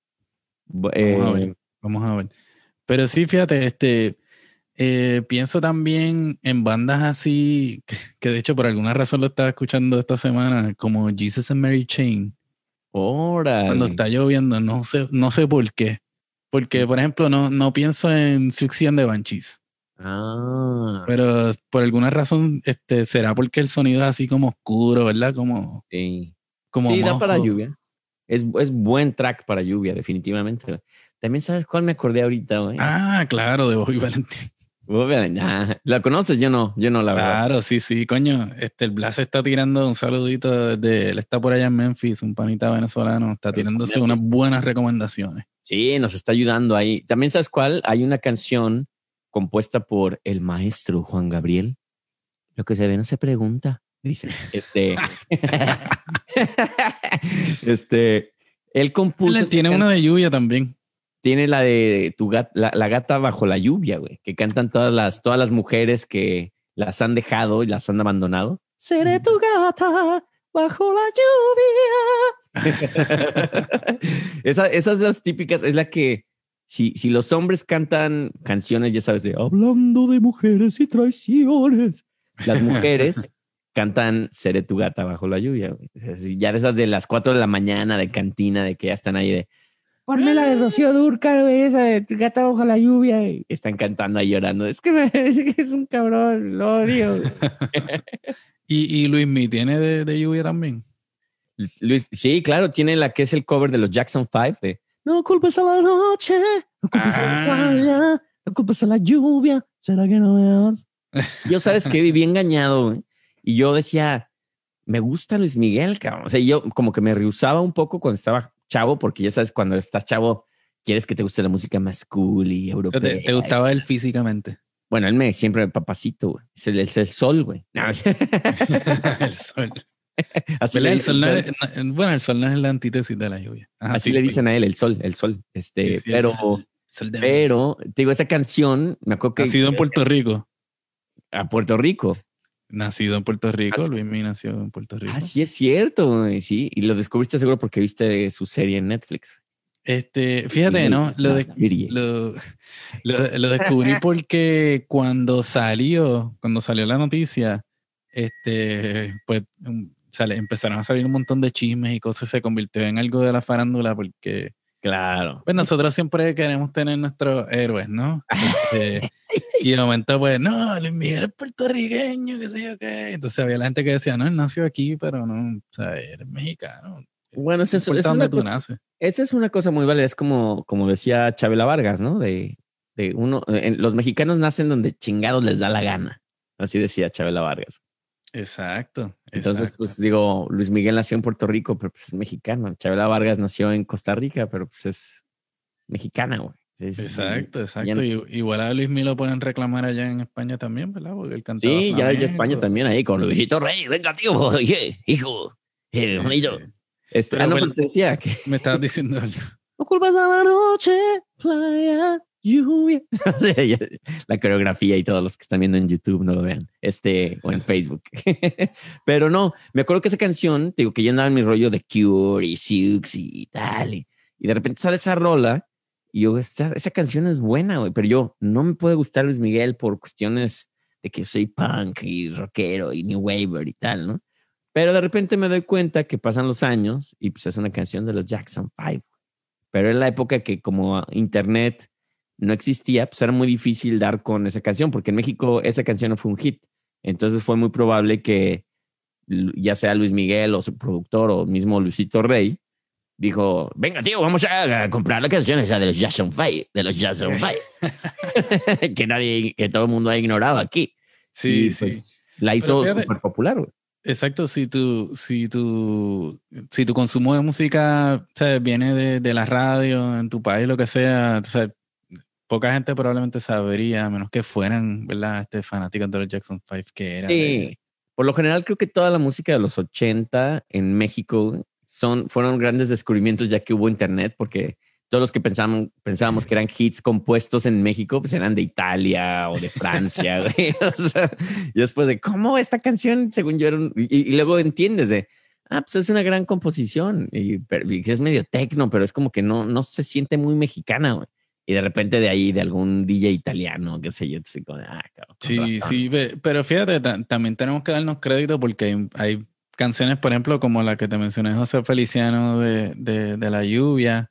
Speaker 2: Eh,
Speaker 3: vamos a ver, vamos a ver. Pero sí, fíjate, este, eh, pienso también en bandas así, que, que de hecho por alguna razón lo estaba escuchando esta semana, como Jesus and Mary Chain.
Speaker 2: Órale.
Speaker 3: Cuando está lloviendo, no sé, no sé por qué. Porque, por ejemplo, no, no pienso en Siouxsie and the Banshees.
Speaker 2: Ah.
Speaker 3: Pero por alguna razón, este, será porque el sonido es así como oscuro, ¿verdad? Como,
Speaker 2: sí,
Speaker 3: como
Speaker 2: sí,
Speaker 3: mofo.
Speaker 2: da para lluvia. Es, es buen track para lluvia, definitivamente. También sabes cuál me acordé ahorita, güey.
Speaker 3: Ah, claro, de Bobby Valentín.
Speaker 2: Bobby Valentín. Ah, ¿la conoces? Yo no, yo no, la
Speaker 3: claro,
Speaker 2: verdad.
Speaker 3: Claro, sí, sí, coño. Este, el Blas está tirando un saludito desde, él está por allá en Memphis, un panita venezolano, está Pero tirándose unas buenas recomendaciones.
Speaker 2: Sí, nos está ayudando ahí. También sabes cuál, hay una canción compuesta por el maestro Juan Gabriel. Lo que se ve no se pregunta. Dice, este, este, él compuso.
Speaker 3: Él tiene una de lluvia también.
Speaker 2: Tiene la de tu gata, la, la gata bajo la lluvia, güey, que cantan todas las, todas las mujeres que las han dejado y las han abandonado. Seré tu gata bajo la lluvia. Esa, esas las típicas, es la que si, si los hombres cantan canciones, ya sabes, de hablando de mujeres y traiciones, las mujeres cantan Seré tu gata bajo la lluvia. Ya de esas de las cuatro de la mañana de cantina, de que ya están ahí de ponme la de Rocío Dúrcal, güey, esa de tu gata bajo la lluvia. Y están cantando ahí llorando. Es que, me, es, que es un cabrón, lo odio.
Speaker 3: ¿Y, y Luismi tiene de, de lluvia también?
Speaker 2: Luis, sí, claro, tiene la que es el cover de los Jackson Five de no culpes a la noche, no culpes ah. a la playa, no culpes a la lluvia, ¿será que no veas? Yo, ¿sabes qué? Viví engañado, güey. Y yo decía, me gusta Luis Miguel, cabrón. O sea, yo como que me rehusaba un poco cuando estaba chavo, porque ya sabes, cuando estás chavo, quieres que te guste la música más cool y europea.
Speaker 3: ¿Te, te gustaba él físicamente?
Speaker 2: Bueno, él me siempre me papacito, güey. Es el, es el sol, güey. No.
Speaker 3: El sol. Así le, el sol no es, no, bueno, el sol no es la antítesis de la lluvia.
Speaker 2: Ajá, así sí, le dicen a él, el sol, el sol. Este, sí, pero, sol de pero, te digo, esa canción, me acuerdo que...
Speaker 3: Nacido en Puerto Rico.
Speaker 2: A Puerto Rico.
Speaker 3: Nacido en Puerto Rico, Luismi nació en Puerto Rico.
Speaker 2: Ah, sí es cierto, güey, sí. Y lo descubriste seguro porque viste su serie en Netflix.
Speaker 3: Este, fíjate, sí, ¿no? Lo, de, lo, lo, lo descubrí porque cuando salió, cuando salió la noticia, este, pues sale, empezaron a salir un montón de chismes y cosas, se convirtió en algo de la farándula porque,
Speaker 2: claro,
Speaker 3: pues nosotros siempre queremos tener nuestros héroes, ¿no? Este, y de momento, pues, no, Luis Miguel es puertorriqueño, qué sé yo qué. Entonces había la gente que decía, no, él nació aquí, pero no, o sea, eres mexicano.
Speaker 2: Bueno, eso es, es una cosa, esa es una cosa muy válida. Es como, como decía Chabela Vargas, ¿no? De, de uno, en, los mexicanos nacen donde chingados les da la gana. Así decía Chabela Vargas.
Speaker 3: Exacto.
Speaker 2: Entonces,
Speaker 3: exacto.
Speaker 2: pues digo, Luis Miguel nació en Puerto Rico, pero pues es mexicano. Chabela Vargas nació en Costa Rica, pero pues es mexicana, güey. Es,
Speaker 3: exacto, exacto. Y, igual a Luis Miguel lo pueden reclamar allá en España también, ¿verdad? Porque él cantaba
Speaker 2: sí,
Speaker 3: flamenco.
Speaker 2: ya en España también, ahí con Luisito Rey. Venga, tío, oye, hijo, eh, bonito. Sí. Este, ah, no, pero te decía que...
Speaker 3: Me estabas diciendo algo.
Speaker 2: No culpas a la noche, playa, lluvia. La coreografía y todos los que están viendo en YouTube no lo vean. Este, o en Facebook. Pero no, me acuerdo que esa canción, te digo que yo andaba en mi rollo de Cure y Siux y tal. Y, y de repente sale esa rola y yo, esa, esa canción es buena, güey. Pero yo, no me puede gustar Luis Miguel por cuestiones de que soy punk y rockero y new waver y tal, ¿no? Pero de repente me doy cuenta que pasan los años y pues es una canción de los Jackson Five. Pero en la época que como internet no existía, pues era muy difícil dar con esa canción, porque en México esa canción no fue un hit. Entonces fue muy probable que ya sea Luis Miguel o su productor o mismo Luisito Rey dijo, venga tío, vamos a comprar la canción esa de los Jackson Five, de los Jackson Five. que nadie, que todo el mundo ha ignorado aquí.
Speaker 3: Sí,
Speaker 2: y, pues,
Speaker 3: sí.
Speaker 2: La hizo súper popular, güey.
Speaker 3: Exacto, si tu, si tu, si tu consumo de música, o sea, viene de, de la radio en tu país, lo que sea, o sea, poca gente probablemente sabría, a menos que fueran, ¿verdad? Este, fanáticos de los Jackson Five, que eran.
Speaker 2: Sí,
Speaker 3: de...
Speaker 2: por lo general creo que toda la música de los ochenta en México son, fueron grandes descubrimientos ya que hubo internet, porque todos los que pensábamos, pensábamos que eran hits compuestos en México, pues eran de Italia o de Francia, güey. O sea, y después de, ¿cómo esta canción, según yo, era un... y, y luego entiendes de, ah, pues es una gran composición y, y es medio tecno, pero es como que no, no se siente muy mexicana, güey. Y de repente de ahí, de algún D J italiano, qué sé yo, te como, ah, cabrón,
Speaker 3: sí, razón. Sí, pero fíjate, también tenemos que darnos crédito porque hay, hay canciones, por ejemplo, como la que te mencioné, José Feliciano, de, de, de La Lluvia,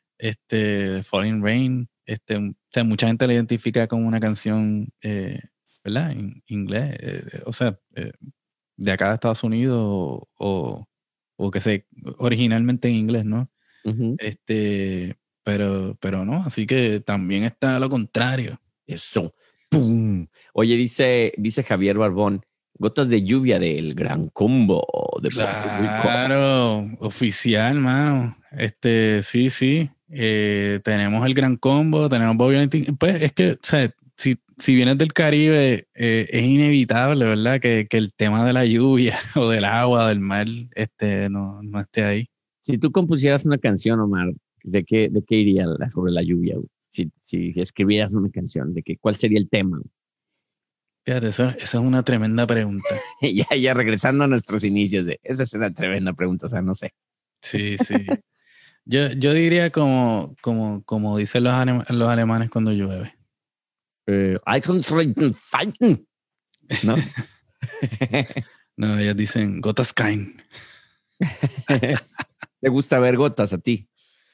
Speaker 3: este, Falling Rain, este, o sea, mucha gente la identifica como una canción, eh, ¿verdad? En inglés, eh, o sea, eh, de acá de Estados Unidos o, o, o que sé, originalmente en inglés, ¿no?
Speaker 2: Uh-huh.
Speaker 3: Este, pero, pero no, así que también está lo contrario.
Speaker 2: Eso, ¡pum! Oye, dice, dice Javier Barbón, Gotas de Lluvia del Gran Combo de Puerto Rico.
Speaker 3: Claro, oficial, mano. Este, sí, sí. Eh, tenemos el Gran Combo, tenemos Bobby nineteen. Pues es que, o sea, si, si vienes del Caribe, eh, es inevitable, ¿verdad? Que, que el tema de la lluvia o del agua, del mar, este, no, no esté ahí.
Speaker 2: Si tú compusieras una canción, Omar, ¿de qué, de qué iría sobre la lluvia? Si, si escribieras una canción, ¿de qué, cuál sería el tema?
Speaker 3: Fíjate, eso, esa es una tremenda pregunta.
Speaker 2: ya, ya regresando a nuestros inicios, de, esa es una tremenda pregunta, o sea, no sé.
Speaker 3: Sí, sí. yo, yo diría como, como, como dicen los, alem- los alemanes cuando llueve.
Speaker 2: Eh, fighten, ¿no?
Speaker 3: No, ellos dicen gotas caen.
Speaker 2: ¿Te gusta ver gotas a ti?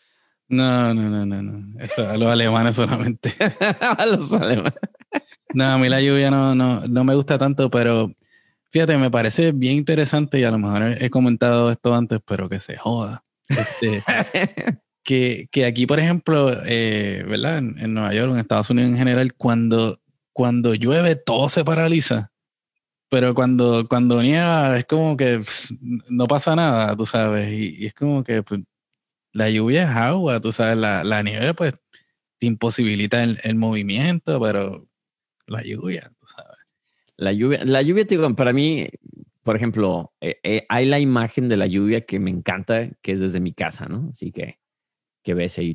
Speaker 3: No, no, no, no, no. Eso a los alemanes solamente.
Speaker 2: A los alemanes.
Speaker 3: No, a mí la lluvia no, no, no me gusta tanto, pero fíjate, me parece bien interesante y a lo mejor he comentado esto antes, pero que se joda. Este, que, que aquí, por ejemplo, eh, ¿verdad? En, en Nueva York, en Estados Unidos en general, cuando, cuando llueve todo se paraliza, pero cuando, cuando nieva es como que pff, no pasa nada, tú sabes, y, y es como que pues, la lluvia es agua, tú sabes, la, la nieve pues te imposibilita el, el movimiento, pero la lluvia, tú sabes.
Speaker 2: La lluvia, la lluvia, te digo, para mí, por ejemplo, eh, eh, hay la imagen de la lluvia que me encanta, que es desde mi casa, ¿no? Así que, que ves ahí.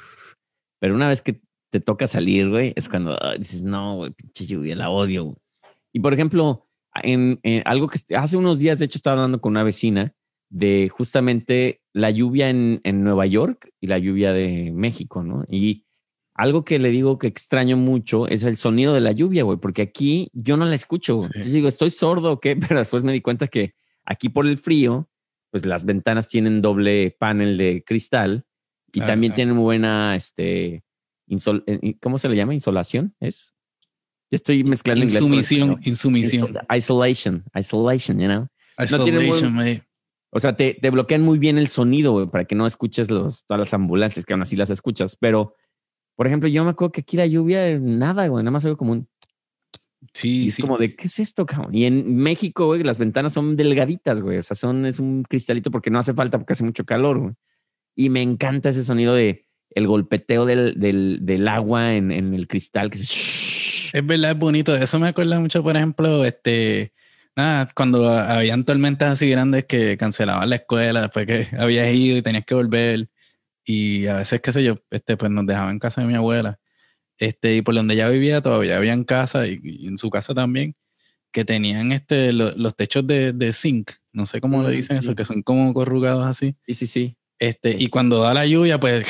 Speaker 2: Pero una vez que te toca salir, güey, es cuando ay, dices, no, güey, pinche lluvia, la odio. Güey. Y por ejemplo, en, en algo que hace unos días, de hecho, estaba hablando con una vecina de justamente la lluvia en, en Nueva York y la lluvia de México, ¿no? Y algo que le digo que extraño mucho es el sonido de la lluvia, güey, porque aquí yo no la escucho. Sí. Yo digo, ¿estoy sordo o qué? Pero después me di cuenta que aquí por el frío, pues las ventanas tienen doble panel de cristal y claro, también claro. tienen buena, este, insol ¿cómo se le llama? ¿Insolación? ¿Es? Ya estoy mezclando
Speaker 3: insumisión,
Speaker 2: inglés.
Speaker 3: Insumisión,
Speaker 2: Isolation, isolation, you know?
Speaker 3: Isolation,
Speaker 2: no buen, o sea, te, te bloquean muy bien el sonido, güey, para que no escuches los, todas las ambulancias, que aún así las escuchas, pero por ejemplo, yo me acuerdo que aquí la lluvia, nada, güey, nada más oigo como un...
Speaker 3: Sí,
Speaker 2: y es
Speaker 3: sí.
Speaker 2: como de, ¿qué es esto, cabrón? Y en México, güey, las ventanas son delgaditas, güey, o sea, son, es un cristalito porque no hace falta, porque hace mucho calor, güey. Y me encanta ese sonido de el golpeteo del, del, del agua en, en el cristal. Que es...
Speaker 3: es verdad, es bonito. Eso me acuerda mucho, por ejemplo, este... Nada, cuando habían tormentas así grandes que cancelaban la escuela después que habías ido y tenías que volver. Y a veces, qué sé yo, este, pues nos dejaban en casa de mi abuela. Este, y por donde ella vivía todavía habían casas, y, y en su casa también, que tenían este, lo, los techos de, de zinc. No sé cómo mm, le dicen sí. eso, que son como corrugados así.
Speaker 2: Sí, sí, sí.
Speaker 3: Este, sí. Y cuando da la lluvia, pues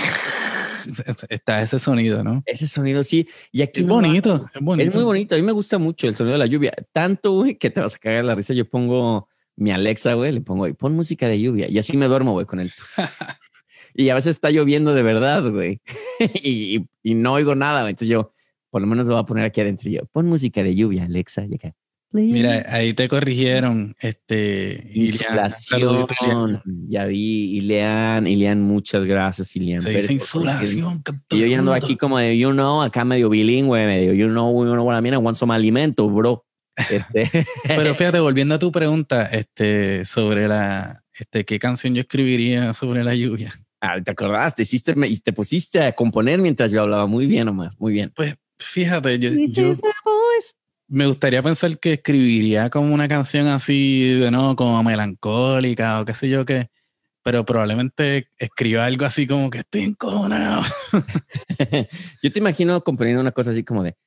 Speaker 3: está ese sonido, ¿no?
Speaker 2: Ese sonido, sí. Y aquí
Speaker 3: es
Speaker 2: no
Speaker 3: bonito, es bonito.
Speaker 2: Es muy bonito. A mí me gusta mucho el sonido de la lluvia. Tanto, güey, que te vas a cagar la risa. Yo pongo mi Alexa, güey, le pongo, pon música de lluvia. Y así me duermo, güey, con él. Y a veces está lloviendo de verdad, güey. y, y, y no oigo nada, güey. Entonces yo, por lo menos lo voy a poner aquí adentro. Y yo, pon música de lluvia, Alexa. Y acá.
Speaker 3: Mira, ahí te corrigieron, este,
Speaker 2: insolación, Ileán. Ya vi, Ileán, Ileán, muchas gracias, Ileán.
Speaker 3: Se dice insolación.
Speaker 2: Y yo ya ando aquí como de, you know, acá medio bilingüe, medio, you know, you know what I mean, I want some alimento, bro. Este.
Speaker 3: Pero fíjate, volviendo a tu pregunta, este, sobre la, este, ¿qué canción yo escribiría sobre la lluvia?
Speaker 2: Ah, ¿te acordaste? Hiciste, y te pusiste a componer mientras yo hablaba. Muy bien, Omar, muy bien.
Speaker 3: Pues, fíjate, yo... yo me gustaría pensar que escribiría como una canción así, de nuevo, como melancólica o qué sé yo qué, pero probablemente escriba algo así como que estoy encojonado.
Speaker 2: Yo te imagino componiendo una cosa así como de...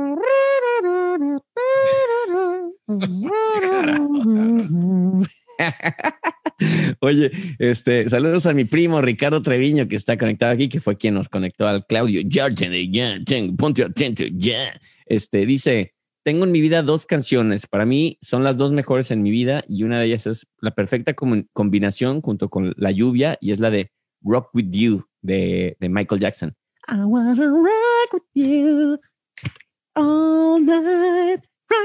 Speaker 2: Oye, este, saludos a mi primo Ricardo Treviño que está conectado aquí, que fue quien nos conectó al Claudio. Ya, ya, ponte atento, ya. Este, dice... Tengo en mi vida dos canciones. Para mí son las dos mejores en mi vida y una de ellas es la perfecta com combinación junto con la lluvia y es la de Rock With You de, de Michael Jackson. I wanna rock with you all night.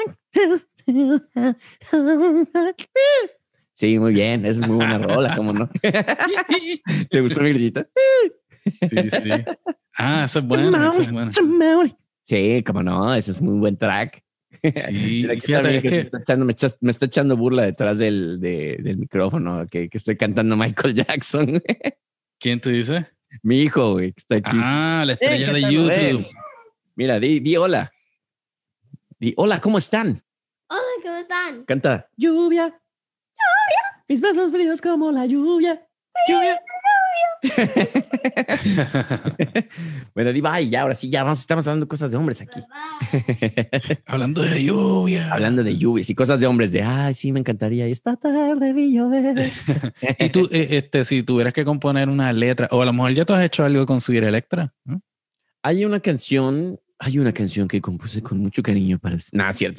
Speaker 2: Sí, muy bien. Esa es muy buena rola, ¿cómo no? ¿Te gustó mi grillita?
Speaker 3: Sí, sí. Ah, esa es buena, esa es buena.
Speaker 2: Sí, cómo no, ese es muy buen track.
Speaker 3: Sí, fíjate, es que,
Speaker 2: que... Me, está echando, me, está, me está echando burla detrás del, de, del micrófono, que, que estoy cantando Michael Jackson.
Speaker 3: ¿Quién te dice?
Speaker 2: Mi hijo, güey, que está aquí.
Speaker 3: Ah, la estrella eh, de YouTube.
Speaker 2: Ver? Mira, di, di hola. Di hola, ¿cómo están?
Speaker 4: Hola, ¿cómo están?
Speaker 2: Canta. Lluvia. Lluvia. Mis besos fríos como la lluvia. Lluvia. Bueno, di bye, ya, ahora sí, ya vamos, estamos hablando de cosas de hombres aquí.
Speaker 3: Hablando de lluvia.
Speaker 2: Hablando de lluvias y cosas de hombres, de ay, sí, me encantaría. Esta tarde vi llover.
Speaker 3: Y tú, este, si tuvieras que componer una letra, o a lo mejor ya tú has hecho algo con Subir Electra, ¿no?
Speaker 2: Hay una canción, hay una canción que compuse con mucho cariño para... Nada, cierto.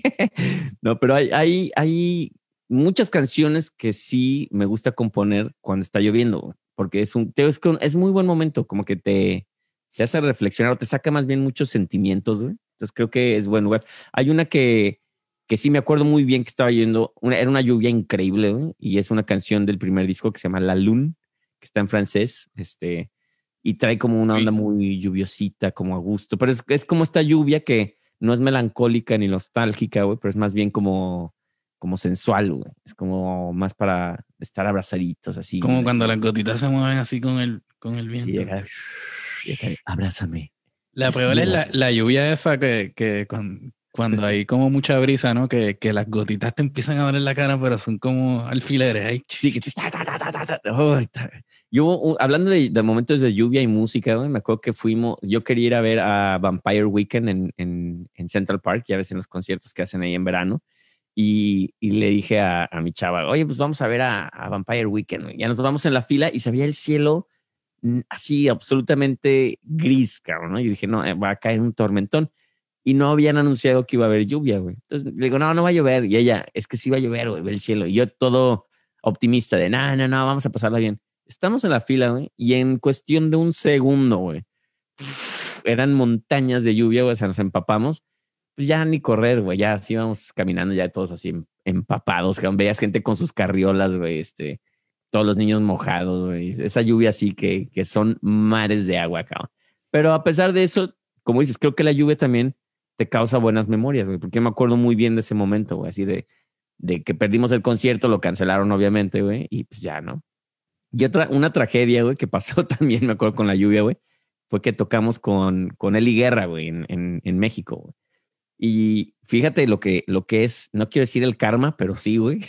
Speaker 2: No, pero hay, hay, hay muchas canciones que sí me gusta componer cuando está lloviendo, porque es un, es, es muy buen momento, como que te, te hace reflexionar o te saca más bien muchos sentimientos, güey. Entonces creo que es buen lugar. Hay una que, que sí me acuerdo muy bien que estaba yendo, una, era una lluvia increíble, güey, y es una canción del primer disco que se llama La Lune, que está en francés, este, y trae como una onda muy lluviosita, como a gusto, pero es, es como esta lluvia que no es melancólica ni nostálgica, güey, pero es más bien como, como sensual, güey. Es como más para estar abrazaditos, así.
Speaker 3: Como
Speaker 2: güey.
Speaker 3: cuando las gotitas se mueven así con el, con el viento.
Speaker 2: Y llega, y llega, abrázame.
Speaker 3: La peor es la, la lluvia esa que, que cuando, cuando hay como mucha brisa, ¿no? Que, que las gotitas te empiezan a doler la cara, pero son como alfileres. Ay,
Speaker 2: sí, que ta, ta, ta, ta, ta, ta. Oh, ta. Yo, uh, hablando de, de momentos de lluvia y música, güey, me acuerdo que fuimos, yo quería ir a ver a Vampire Weekend en, en, en Central Park, ya ves en los conciertos que hacen ahí en verano, y, y le dije a, a mi chava, oye, pues vamos a ver a, a Vampire Weekend, güey. Ya nos vamos en la fila y se veía el cielo así absolutamente gris, cabrón, ¿no? Y dije, no, va a caer un tormentón. Y no habían anunciado que iba a haber lluvia, güey. Entonces le digo, no, no va a llover. Y ella, es que sí va a llover, güey, ve el cielo. Y yo todo optimista de, no, no, no, vamos a pasarla bien. Estamos en la fila, güey, y en cuestión de un segundo, güey, eran montañas de lluvia, güey, o sea, nos empapamos. Pues ya ni correr, güey, ya así íbamos caminando ya todos así empapados, cabrón. Veías gente con sus carriolas, güey, este, todos los niños mojados, güey. Esa lluvia así que, que son mares de agua, cabrón. Pero a pesar de eso, como dices, creo que la lluvia también te causa buenas memorias, güey, porque me acuerdo muy bien de ese momento, güey, así de, de que perdimos el concierto, lo cancelaron obviamente, güey, y pues ya, ¿no? Y otra, una tragedia, güey, que pasó también, me acuerdo con la lluvia, güey, fue que tocamos con, con Eli Guerra, güey, en, en, en México, güey. Y fíjate lo que, lo que es, no quiero decir el karma, pero sí, güey.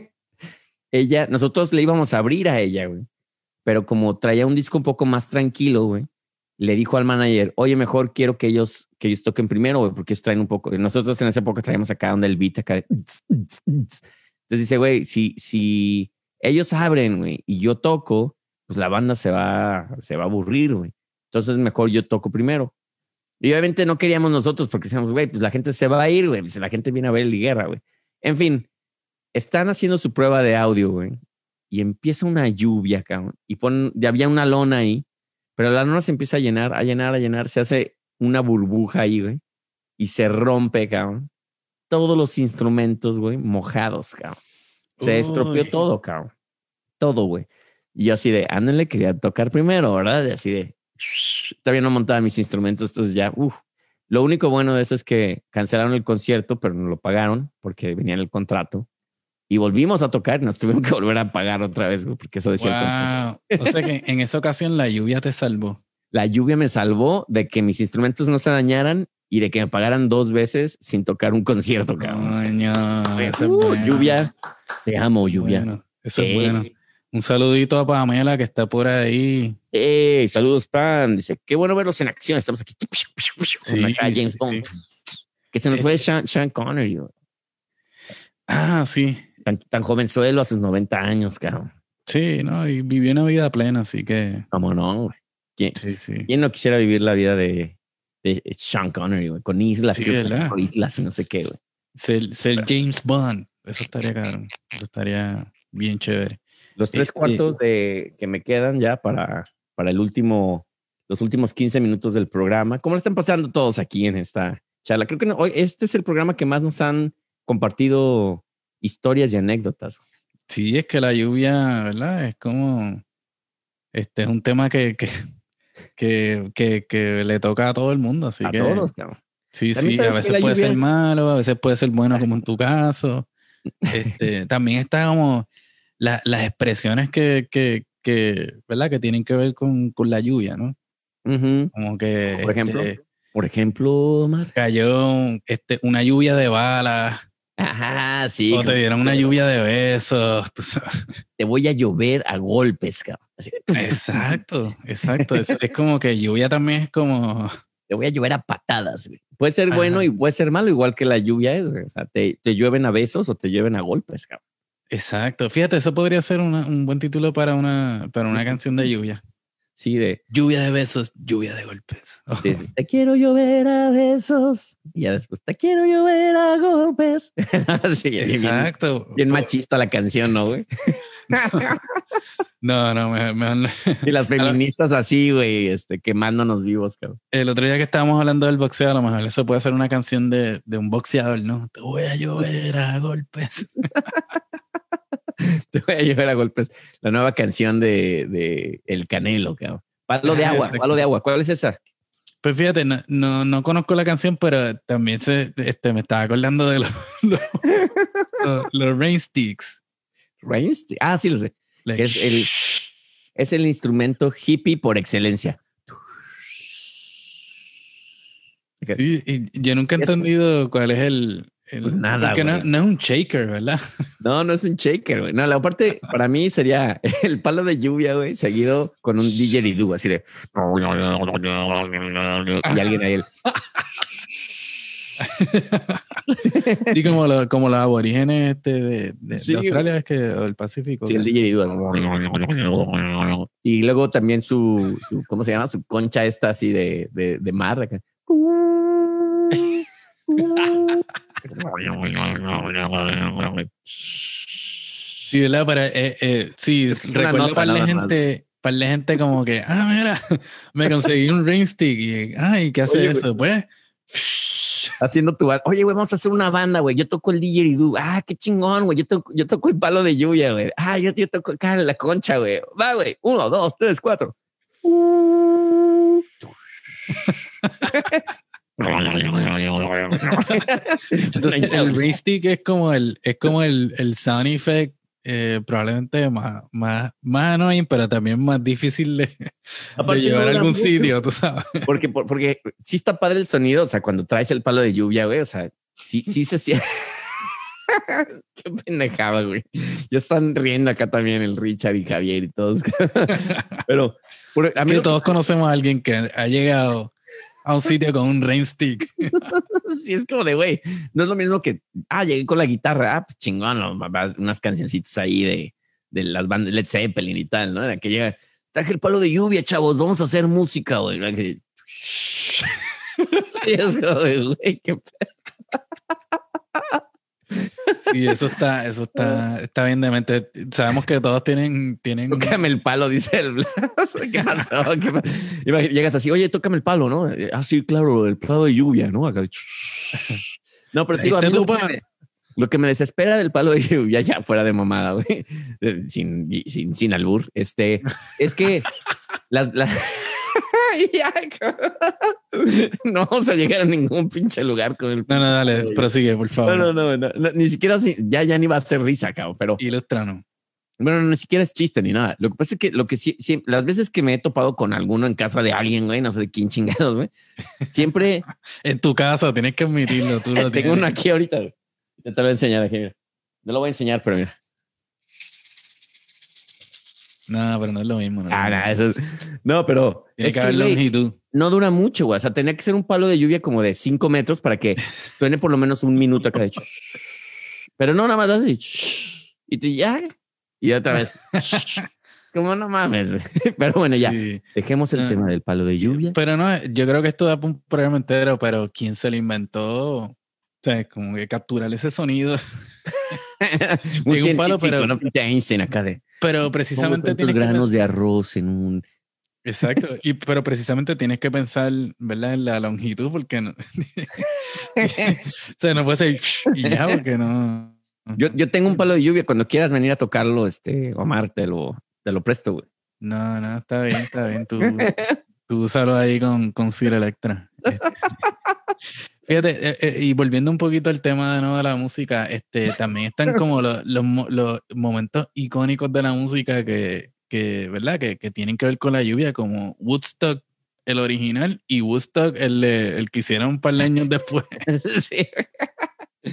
Speaker 2: Ella, nosotros le íbamos a abrir a ella, güey, pero como traía un disco un poco más tranquilo, güey, le dijo al manager, oye, mejor quiero que ellos, que ellos toquen primero, güey, porque ellos traen un poco, nosotros en esa época traíamos acá donde el beat acá. Entonces dice, güey, si, si ellos abren, güey, y yo toco, pues la banda se va, se va a aburrir, güey. Entonces mejor yo toco primero. Y obviamente no queríamos nosotros porque decíamos, güey, pues la gente se va a ir, güey, pues la gente viene a ver el Guerra, güey. En fin, están haciendo su prueba de audio, güey, y empieza una lluvia, cabrón, y ponen, ya había una lona ahí, pero la lona se empieza a llenar, a llenar, a llenar, se hace una burbuja ahí, güey, y se rompe, cabrón. Todos los instrumentos, güey, mojados, cabrón. Se Uy. estropeó todo, cabrón. Todo, güey. Y yo así de, ándale, quería tocar primero, ¿verdad? Y así de, shh, todavía no montaba mis instrumentos, entonces ya, uff. Lo único bueno de eso es que cancelaron el concierto, pero no lo pagaron porque venía en el contrato. Y volvimos a tocar, nos tuvimos que volver a pagar otra vez, güey, porque eso decía.
Speaker 3: Wow. O sea que en esa ocasión la lluvia te salvó.
Speaker 2: La lluvia me salvó de que mis instrumentos no se dañaran y de que me pagaran dos veces sin tocar un concierto, cabrón.
Speaker 3: Coño,
Speaker 2: uh, es bueno. Lluvia, te amo, lluvia.
Speaker 3: Bueno, eso eh, es bueno. Un saludito a Pamela que está por ahí.
Speaker 2: Eh, saludos, Pam. Dice, qué bueno verlos en acción. Estamos aquí.
Speaker 3: Sí,
Speaker 2: acá James
Speaker 3: sí,
Speaker 2: Bond.
Speaker 3: sí.
Speaker 2: Que se nos fue Sean, Sean Connery. Güey.
Speaker 3: Ah, sí.
Speaker 2: Tan, tan jovenzuelo a sus noventa años, cabrón.
Speaker 3: Sí, no, y vivió una vida plena, así que.
Speaker 2: ¿Cómo no, güey? ¿Quién,
Speaker 3: sí, sí.
Speaker 2: ¿Quién no quisiera vivir la vida de, de Sean Connery, güey? Con islas,
Speaker 3: sí,
Speaker 2: creo que con islas y no sé qué, güey.
Speaker 3: Ser, ser James Bond. Eso estaría caro. Eso estaría bien chévere.
Speaker 2: Los tres este, cuartos de que me quedan ya para, para el último, los últimos quince minutos del programa. ¿Cómo lo están pasando todos aquí en esta charla? Creo que no, hoy este es el programa que más nos han compartido historias y anécdotas.
Speaker 3: Sí, es que la lluvia, ¿verdad? Es como, este es un tema que, que, que, que, que le toca a todo el mundo, así
Speaker 2: a
Speaker 3: que.
Speaker 2: A todos, cabrón.
Speaker 3: Sí, sí, a veces puede lluvia... ser malo, a veces puede ser bueno, como en tu caso. Este, también está como la, las expresiones que, que, que, ¿verdad? Que tienen que ver con, con la lluvia, ¿no?
Speaker 2: Uh-huh.
Speaker 3: Como que.
Speaker 2: Por ejemplo.
Speaker 3: Este,
Speaker 2: por ejemplo, Omar.
Speaker 3: Cayó este, una lluvia de balas.
Speaker 2: Ajá, sí.
Speaker 3: O te dieron una lluvia de besos. Tú sabes.
Speaker 2: Te voy a llover a golpes, cabrón. Así,
Speaker 3: exacto, exacto. Es, es como que lluvia también es como...
Speaker 2: Te voy a llover a patadas, güey. Puede ser bueno Ajá. y puede ser malo, igual que la lluvia es, güey. O sea, te, te llueven a besos o te llueven a golpes, cabrón.
Speaker 3: Exacto. Fíjate, eso podría ser una, un buen título para una, para una canción de lluvia.
Speaker 2: Sí, de...
Speaker 3: Lluvia de besos, lluvia de golpes. Oh.
Speaker 2: Sí, te quiero llover a besos. Y ya después, te quiero llover a golpes. Sí,
Speaker 3: exacto.
Speaker 2: Bien, bien machista la canción, ¿no, güey?
Speaker 3: No, no, me, me...
Speaker 2: Y las feministas así, güey, este, quemándonos vivos, cabrón.
Speaker 3: El otro día que estábamos hablando del boxeo, a lo mejor eso puede ser una canción de, de un boxeador, ¿no? Te voy a llover a golpes.
Speaker 2: Te voy a llover a golpes. La nueva canción de, de El Canelo, cabrón. Palo de agua, palo de agua. ¿Cuál es esa?
Speaker 3: Pues fíjate, no, no, no conozco la canción, pero también se, este, me estaba acordando de los, los, los, los rain sticks.
Speaker 2: Rain sticks. Ah, sí lo sé. Like, que es el, es el instrumento hippie por excelencia.
Speaker 3: Sí, y yo nunca he entendido cuál es el... el
Speaker 2: pues nada,
Speaker 3: porque no, no es un shaker, ¿verdad?
Speaker 2: No, no es un shaker, güey. No, la parte para mí sería el palo de lluvia, güey, seguido con un didgeridoo, así de... Y alguien ahí... El...
Speaker 3: Sí, como, lo, como los aborígenes este de, de,
Speaker 2: sí,
Speaker 3: de Australia, es que, o el Pacífico.
Speaker 2: Sí, el didgeridoo. Y luego también su, su, ¿cómo se llama? Su concha esta así de, de, de mar. Acá.
Speaker 3: Sí, ¿verdad? Para, eh, eh, sí, recuerdo para la gente... Para la gente como que, ah, mira, me conseguí un rain stick y, ay, ¿qué hace Oye, eso? Pues...
Speaker 2: Haciendo tu... Oye, güey, vamos a hacer una banda, güey. Yo toco el didgeridoo. Ah, qué chingón, güey. Yo toco, yo toco el palo de lluvia, güey. Ah, yo, yo toco acá la concha, güey. Va, güey. Uno, dos, tres, cuatro.
Speaker 3: Entonces, el rain stick es como el, es como el, el sound effect eh, probablemente más, más, más annoying, pero también más difícil de, de llevar a algún mucho. sitio, tú sabes.
Speaker 2: Porque, porque sí está padre el sonido, o sea, cuando traes el palo de lluvia, güey, o sea, sí, sí se siente. Qué pendejada, güey. Ya están riendo acá también el Richard y Javier y todos. Pero por,
Speaker 3: a mí que todos que... conocemos a alguien que ha llegado a un sitio con un rain stick.
Speaker 2: Sí, es como de, güey, no es lo mismo que, ah, llegué con la guitarra, ah, pues chingón, ¿no? Unas cancioncitas ahí de, de las bandas Led Zeppelin y tal, ¿no? Era que llega, traje el palo de lluvia, chavos, vamos a hacer música, güey. Y es como de, güey, qué pedo.
Speaker 3: Sí, eso está, eso está, está bien de mente. Sabemos que todos tienen, tienen.
Speaker 2: Tócame el palo, dice el ¿Qué pasó? ¿Qué llegas así, oye, tócame el palo, ¿no? Ah, sí, claro, el palo de lluvia, ¿no? Acá. No, pero digo, a mí lo, que me, lo que me desespera del palo de lluvia, ya fuera de mamada, güey, sin, sin, sin albur, este, es que las, las no vamos a llegar a ningún pinche lugar con el...
Speaker 3: No, no, dale, prosigue, por favor.
Speaker 2: No, no, no, no, no ni siquiera así, ya, ya ni va a ser risa, cabrón, pero...
Speaker 3: Ilustrano.
Speaker 2: Bueno, no, ni siquiera es chiste ni nada. Lo que pasa es que, lo que sí, sí, las veces que me he topado con alguno en casa de alguien, güey, no sé de quién chingados, güey, siempre...
Speaker 3: En tu casa, tienes que admitirlo. Tú lo
Speaker 2: Tengo uno aquí ahorita, güey. Te lo voy a enseñar aquí, mira. No lo voy a enseñar, pero mira.
Speaker 3: No, pero no es lo mismo. No,
Speaker 2: ah, no, eso es... no pero
Speaker 3: tiene es que haber longitud.
Speaker 2: No dura mucho, güey. O sea, tenía que ser un palo de lluvia como de cinco metros para que suene por lo menos un minuto acá de hecho. Pero no, nada más así. Y tú ya. Y otra vez. Como no mames. Pero bueno, ya. Sí. Dejemos el no. tema del palo de lluvia.
Speaker 3: Pero no, yo creo que esto da un programa entero, pero ¿quién se lo inventó? O sea, como que capturar ese sonido.
Speaker 2: un, un palo, pero no Einstein acá de.
Speaker 3: Pero precisamente
Speaker 2: tienes granos que de arroz en un.
Speaker 3: Exacto, y pero precisamente tienes que pensar, ¿verdad?, en la longitud, porque no. O sea, no puede ser y ya, porque no.
Speaker 2: Yo, yo tengo un palo de lluvia. Cuando quieras venir a tocarlo, este, Omar, te lo, te lo presto, güey.
Speaker 3: No, no, está bien, está bien. Tú, tú úsalo ahí con, con Sir Electra. Este. Fíjate, eh, eh, y volviendo un poquito al tema de nuevo de la música, este, también están como los, los, los momentos icónicos de la música que, que ¿verdad? Que, que tienen que ver con la lluvia, como Woodstock, el original, y Woodstock, el, el que hicieron un par de años después.
Speaker 2: Sí.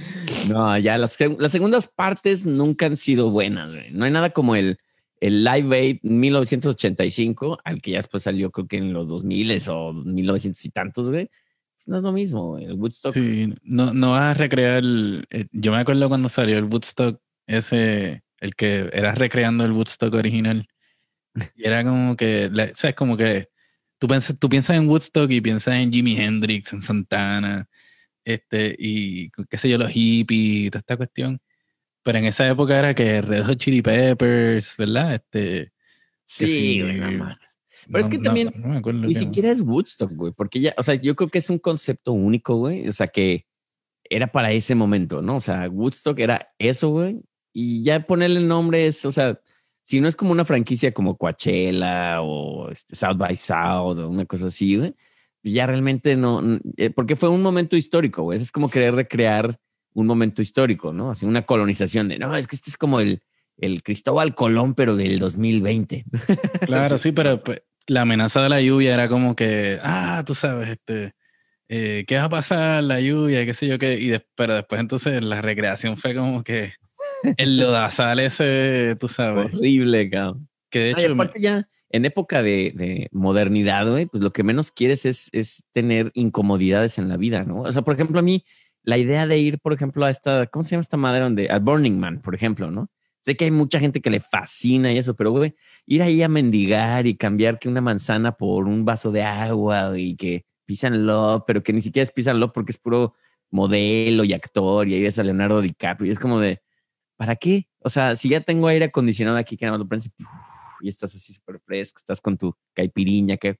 Speaker 2: No, ya las, las segundas partes nunca han sido buenas, güey. No hay nada como el, el Live Aid mil novecientos ochenta y cinco, al que ya después salió creo que en los dos mil o mil novecientos y tantos, güey. Pues no es lo mismo, güey. El Woodstock.
Speaker 3: Sí, no, no vas a recrear. El, eh, yo me acuerdo cuando salió el Woodstock, ese, el que era recreando el Woodstock original. Y era como que, o sea, es como que tú piensas, tú piensas en Woodstock y piensas en Jimi Hendrix, en Santana, este, y qué sé yo, los hippies y toda esta cuestión. Pero en esa época era que Red Hot Chili Peppers, ¿verdad? Este,
Speaker 2: sí,
Speaker 3: sí,
Speaker 2: güey, no más. Pero
Speaker 3: no,
Speaker 2: es que
Speaker 3: no,
Speaker 2: también
Speaker 3: no me acuerdo
Speaker 2: ni
Speaker 3: qué
Speaker 2: siquiera es Woodstock, güey, porque ya, o sea, yo creo que es un concepto único, güey. O sea, que era para ese momento, ¿no? O sea, Woodstock era eso, güey. Y ya ponerle el nombre es, o sea, si no es como una franquicia como Coachella o este, South by South o una cosa así, güey, ya realmente no, eh, porque fue un momento histórico, güey. Es como querer recrear un momento histórico, ¿no? Así una colonización de, no, es que este es como el, el Cristóbal Colón, pero del dos mil veinte.
Speaker 3: Claro, sí, pero pues, la amenaza de la lluvia era como que, ah, tú sabes, este, eh, ¿qué va a pasar? La lluvia, qué sé yo qué. Y de, pero después entonces la recreación fue como que el lodazal ese, tú sabes.
Speaker 2: Horrible, cabrón.
Speaker 3: Que de
Speaker 2: No, y
Speaker 3: hecho...
Speaker 2: aparte
Speaker 3: Me,
Speaker 2: ya en época de, de modernidad, güey, pues lo que menos quieres es, es tener incomodidades en la vida, ¿no? O sea, por ejemplo, a mí la idea de ir, por ejemplo, a esta, ¿cómo se llama esta madre? Donde, al Burning Man, por ejemplo, ¿no? Sé que hay mucha gente que le fascina y eso, pero, güey, ir ahí a mendigar y cambiar que una manzana por un vaso de agua y que písanlo, pero que ni siquiera es písanlo porque es puro modelo y actor y ahí ves a Leonardo DiCaprio y es como de, ¿para qué? O sea, si ya tengo aire acondicionado aquí que nada más lo prendes y estás así súper fresco, estás con tu caipiriña, que...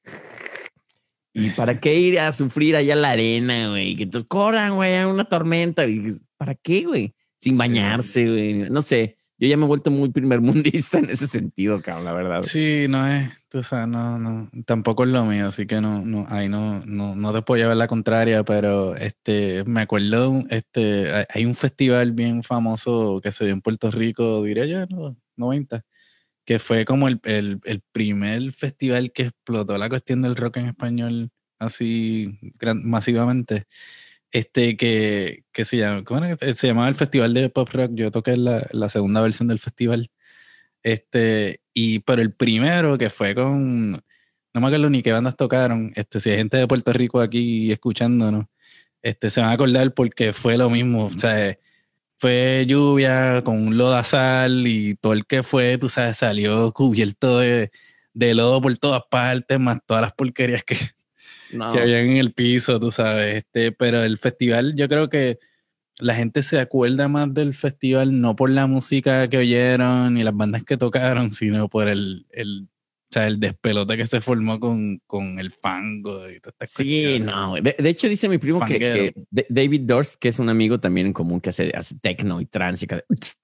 Speaker 2: ¿Y para qué ir a sufrir allá en la arena, güey? Que entonces corran, güey, a una tormenta. ¿Para qué, güey? Sin bañarse, güey. No sé. Yo ya me he vuelto muy primermundista en ese sentido, cabrón, la verdad.
Speaker 3: Sí, no es, tú sabes, no, no, tampoco es lo mío, así que no, no, ahí no, no, no te puedo llevar la contraria, pero este, me acuerdo, este, hay- hay un festival bien famoso que se dio en Puerto Rico, diría yo, en los noventa, que fue como el, el, el primer festival que explotó la cuestión del rock en español así gran- masivamente. Este que, que se llama, ¿cómo era que- se llamaba el Festival de Pop Rock? Yo toqué la, la segunda versión del festival. Este, y pero el primero que fue con, no me acuerdo ni qué bandas tocaron. Este, si hay gente de Puerto Rico aquí escuchándonos, este, se van a acordar porque fue lo mismo. O sea, fue lluvia con un lodazal y todo el que fue, tú sabes, salió cubierto de, de lodo por todas partes, más todas las porquerías que,
Speaker 2: No.
Speaker 3: que habían en el piso, tú sabes. Este, pero el festival, yo creo que la gente se acuerda más del festival no por la música que oyeron y las bandas que tocaron, sino por el, el, o sea, el despelote que se formó con, con el fango y todas estas
Speaker 2: Sí,
Speaker 3: cuestiones.
Speaker 2: no, güey. De, de hecho, dice mi primo que,
Speaker 3: Fanguero.
Speaker 2: que David Durst, que es un amigo también en común que hace, hace techno y trance y que-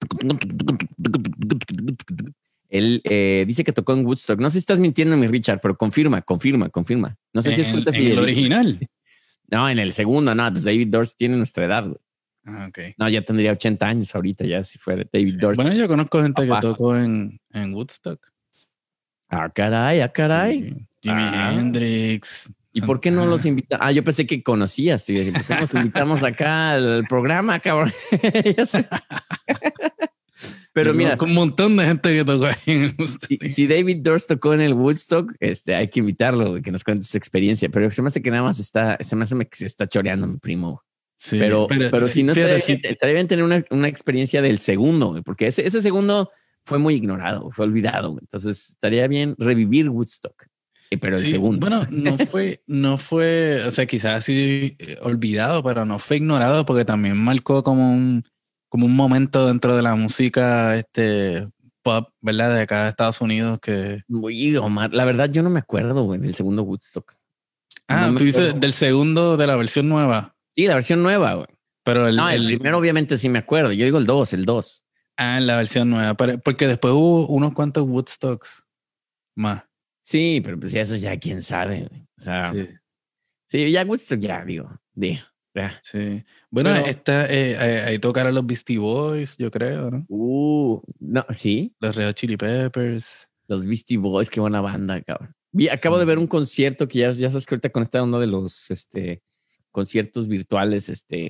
Speaker 2: él eh, dice que tocó en Woodstock. No sé si estás mintiendo, mi Richard, pero confirma, confirma, confirma. No sé si es
Speaker 3: En,
Speaker 2: fruta
Speaker 3: en el
Speaker 2: fidedigna.
Speaker 3: original.
Speaker 2: No, en el segundo, no, pues David Durst tiene nuestra edad, güey.
Speaker 3: Ah, ok.
Speaker 2: No, ya tendría ochenta años ahorita, ya si fuera David
Speaker 3: Sí.
Speaker 2: Durst.
Speaker 3: Bueno, yo conozco gente
Speaker 2: Papá.
Speaker 3: que tocó en, en Woodstock.
Speaker 2: Ah, caray, ah, caray.
Speaker 3: Sí. Jimi
Speaker 2: Ah.
Speaker 3: Hendrix.
Speaker 2: ¿Y por qué no los invitamos? Ah, yo pensé que conocías. ¿Sí? ¿Por qué no los invitamos acá al programa, cabrón? Ya sé. Pero
Speaker 3: Yo
Speaker 2: mira,
Speaker 3: conozco un montón de gente que tocó ahí en el Woodstock.
Speaker 2: si, si David Durst tocó en el Woodstock, este, hay que invitarlo, güey, que nos cuente su experiencia. Pero se me hace que nada más está, se me hace que se está choreando mi primo.
Speaker 3: Sí,
Speaker 2: pero, pero, pero
Speaker 3: sí,
Speaker 2: si no,
Speaker 3: fíjate,
Speaker 2: estaría,
Speaker 3: sí.
Speaker 2: estaría bien tener una, una experiencia del segundo, güey, porque ese, ese segundo fue muy ignorado, fue olvidado. Güey. Entonces estaría bien revivir Woodstock. Pero el
Speaker 3: Sí,
Speaker 2: segundo.
Speaker 3: bueno, no fue, no fue, o sea, quizás así eh, olvidado, pero no fue ignorado porque también marcó como un, como un momento dentro de la música este, pop, ¿verdad? De acá de Estados Unidos que...
Speaker 2: Uy, Omar, la verdad yo no me acuerdo, güey, del segundo Woodstock.
Speaker 3: Ah,
Speaker 2: No me
Speaker 3: tú dices
Speaker 2: acuerdo.
Speaker 3: del segundo de la versión nueva,
Speaker 2: Sí, la versión nueva, güey.
Speaker 3: pero el,
Speaker 2: No, el,
Speaker 3: el-
Speaker 2: primero obviamente sí me acuerdo. Yo digo el dos, el dos.
Speaker 3: ah, la versión nueva, pero- porque después hubo unos cuantos Woodstocks más.
Speaker 2: Sí, pero pues ya eso ya quién sabe, güey. O sea, sí,
Speaker 3: Sí,
Speaker 2: ya Woodstock ya, digo, digo, ya.
Speaker 3: sí. Bueno,
Speaker 2: Pero,
Speaker 3: esta, eh, ahí ahí tocaron los Beastie Boys, yo creo, ¿no?
Speaker 2: uh, no, sí,
Speaker 3: Los Red Hot Chili Peppers.
Speaker 2: los Beastie Boys, qué buena banda, cabrón. Vi, acabo
Speaker 3: Sí.
Speaker 2: de ver un concierto que ya, ya sabes que ahorita con esta onda de los este, conciertos virtuales, este,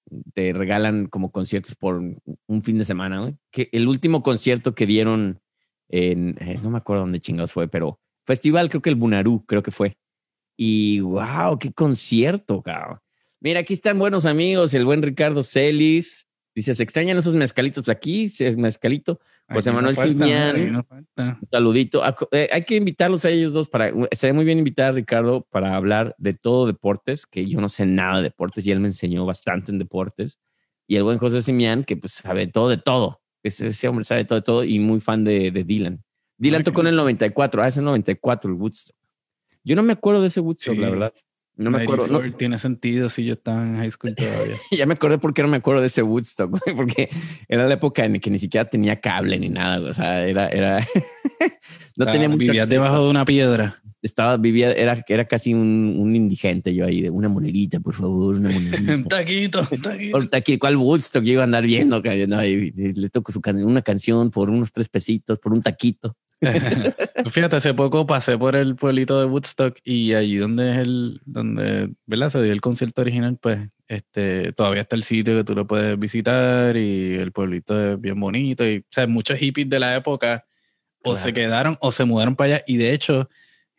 Speaker 2: te regalan como conciertos por un fin de semana, güey. Que el último concierto que dieron en, eh, no me acuerdo dónde chingados fue, pero festival, creo que el Bunarú, creo que fue. Y wow, qué concierto, cabrón. Mira, aquí están buenos amigos, el buen Ricardo Celis. Dice, ¿se extrañan esos mezcalitos aquí? Si es mezcalito. José Manuel Silmián. No, un saludito. Eh, hay que invitarlos a ellos dos para. Estaría muy bien invitar a Ricardo para hablar de todo deportes, que yo no sé nada de deportes y él me enseñó bastante en deportes. Y el buen José Silmián, que pues sabe todo de todo. Ese, ese hombre sabe todo de todo y muy fan de, de Dylan. Dylan okay. tocó en el noventa y cuatro. Ah, es el noventa y cuatro, el Woodstock. Yo no me acuerdo de ese Woodstock, sí. La verdad. No me acuerdo. No.
Speaker 3: Tiene sentido si yo estaba en high school todavía.
Speaker 2: Ya me acordé por qué no me acuerdo de ese Woodstock, güey, porque era la época en que ni siquiera tenía cable ni nada, güey. O sea, era, era, no ah, tenía mucho
Speaker 3: vivías acceso. Debajo de una piedra.
Speaker 2: Estaba, vivía, era, era casi un, un indigente yo ahí, de una monedita, por favor, una monedita.
Speaker 3: Un taquito, un taquito.
Speaker 2: Un taquito. ¿Cuál Woodstock? Yo iba a andar viendo, no, y, y le toco su can una canción por unos tres pesitos, por un taquito.
Speaker 3: Fíjate, hace poco pasé por el pueblito de Woodstock y allí donde es el, donde, ¿verdad? Se dio el concierto original, pues, este, todavía está el sitio que tú lo puedes visitar y el pueblito es bien bonito y, o sea, muchos hippies de la época o claro. se quedaron o se mudaron para allá y de hecho,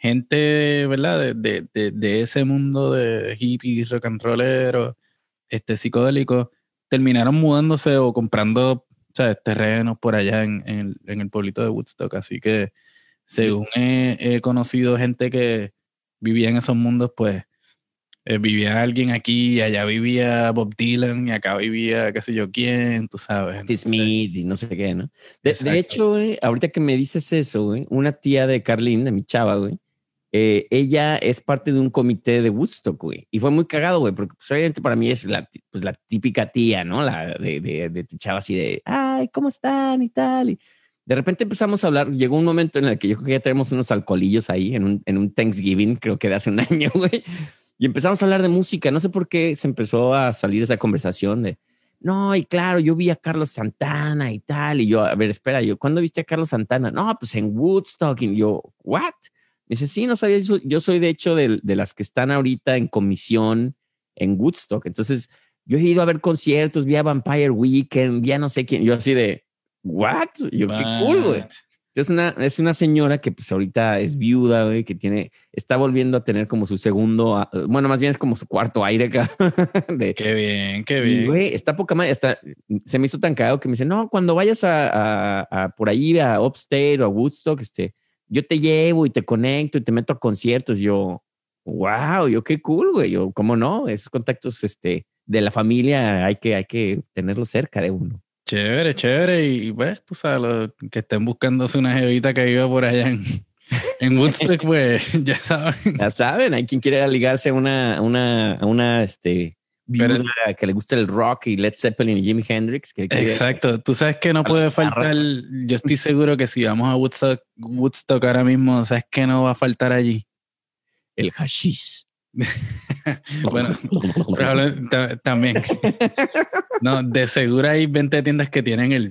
Speaker 3: gente, ¿verdad? De, de, de, de ese mundo de hippies, rock and rolleros, este, psicodélicos, terminaron mudándose o comprando o sea, terrenos por allá en, en, el, en el pueblito de Woodstock. Así que, según he, he conocido gente que vivía en esos mundos, pues eh, vivía alguien aquí, y allá vivía Bob Dylan, y acá vivía qué sé yo quién, tú sabes.
Speaker 2: No Smith sé. Y no sé qué, ¿no? De, de hecho, güey, ahorita que me dices eso, güey, una tía de Carlín, de mi chava, güey, eh, ella es parte de un comité de Woodstock, güey. Y fue muy cagado, güey, porque pues, obviamente para mí es la, pues, la típica tía, ¿no? La de, de, de chava así de, ay, ¿cómo están? Y tal. Y de repente empezamos a hablar. Llegó un momento en el que yo creo que ya tenemos unos alcoholillos ahí en un, en un Thanksgiving, creo que de hace un año, güey. Y empezamos a hablar de música. No sé por qué se empezó a salir esa conversación de, no, y claro, yo vi a Carlos Santana y tal. Y yo, a ver, espera, yo, ¿cuándo viste a Carlos Santana? No, pues en Woodstock. Y yo, ¿what? Me dice, sí, no sabía eso. Yo soy, de hecho, de, de las que están ahorita en comisión en Woodstock. Entonces, yo he ido a ver conciertos, vi a Vampire Weekend, vi a no sé quién. Yo así de, ¿what? Yo, what? Qué cool, güey. Es una, es una señora que pues ahorita es viuda, güey, que tiene, está volviendo a tener como su segundo, bueno, más bien es como su cuarto aire. De,
Speaker 3: qué bien, qué bien.
Speaker 2: Y, güey, está poca madre, está, se me hizo tan cagado que me dice, no, cuando vayas a, a, a por ahí a Upstate o a Woodstock, este, yo te llevo y te conecto y te meto a conciertos. Yo, wow, yo qué cool, güey. Yo, ¿cómo no? Esos contactos este, de la familia hay que, hay que tenerlos cerca de uno.
Speaker 3: Chévere, chévere. Y ves, tú sabes, lo, que estén buscándose una jevita que viva por allá en, en Woodstock, pues ya saben.
Speaker 2: Ya saben, hay quien quiere ligarse a una, una, a una, este, viuda Pero, que le gusta el rock y Led Zeppelin y Jimi Hendrix. Que
Speaker 3: exacto. Tú sabes que no puede faltar. Yo estoy seguro que si vamos a Woodstock, Woodstock ahora mismo, ¿sabes qué no va a faltar allí?
Speaker 2: El hashish.
Speaker 3: Bueno, probablemente también. No, de seguro hay veinte tiendas que tienen el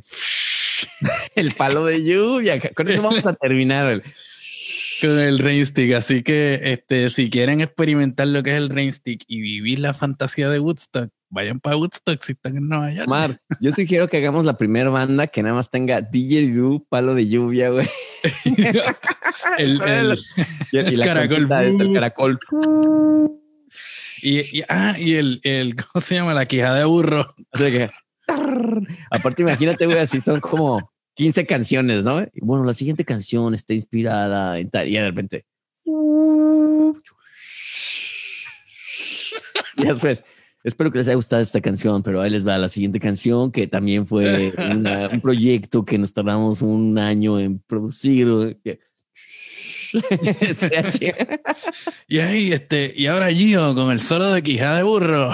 Speaker 2: el palo de lluvia. Con eso vamos a terminar el
Speaker 3: con el Rainstick. Así que este, si quieren experimentar lo que es el Rainstick y vivir la fantasía de Woodstock, vayan para Woodstock si están en Nueva York.
Speaker 2: Mar, yo sugiero que hagamos la primera banda que nada más tenga didgeridoo, palo de lluvia, güey.
Speaker 3: el, el,
Speaker 2: y, y la caracol. Esta, el caracol.
Speaker 3: Y, y, ah, y el, el, ¿cómo se llama? La quijada de burro.
Speaker 2: O sea que, aparte, imagínate, güey, así son como quince canciones, ¿no? Y bueno, la siguiente canción está inspirada en tal, y de repente. Y después, espero que les haya gustado esta canción, pero ahí les va la siguiente canción, que también fue una, un proyecto que nos tardamos un año en producir.
Speaker 3: Y ahí, este, y ahora Gio con el solo de quijada de burro.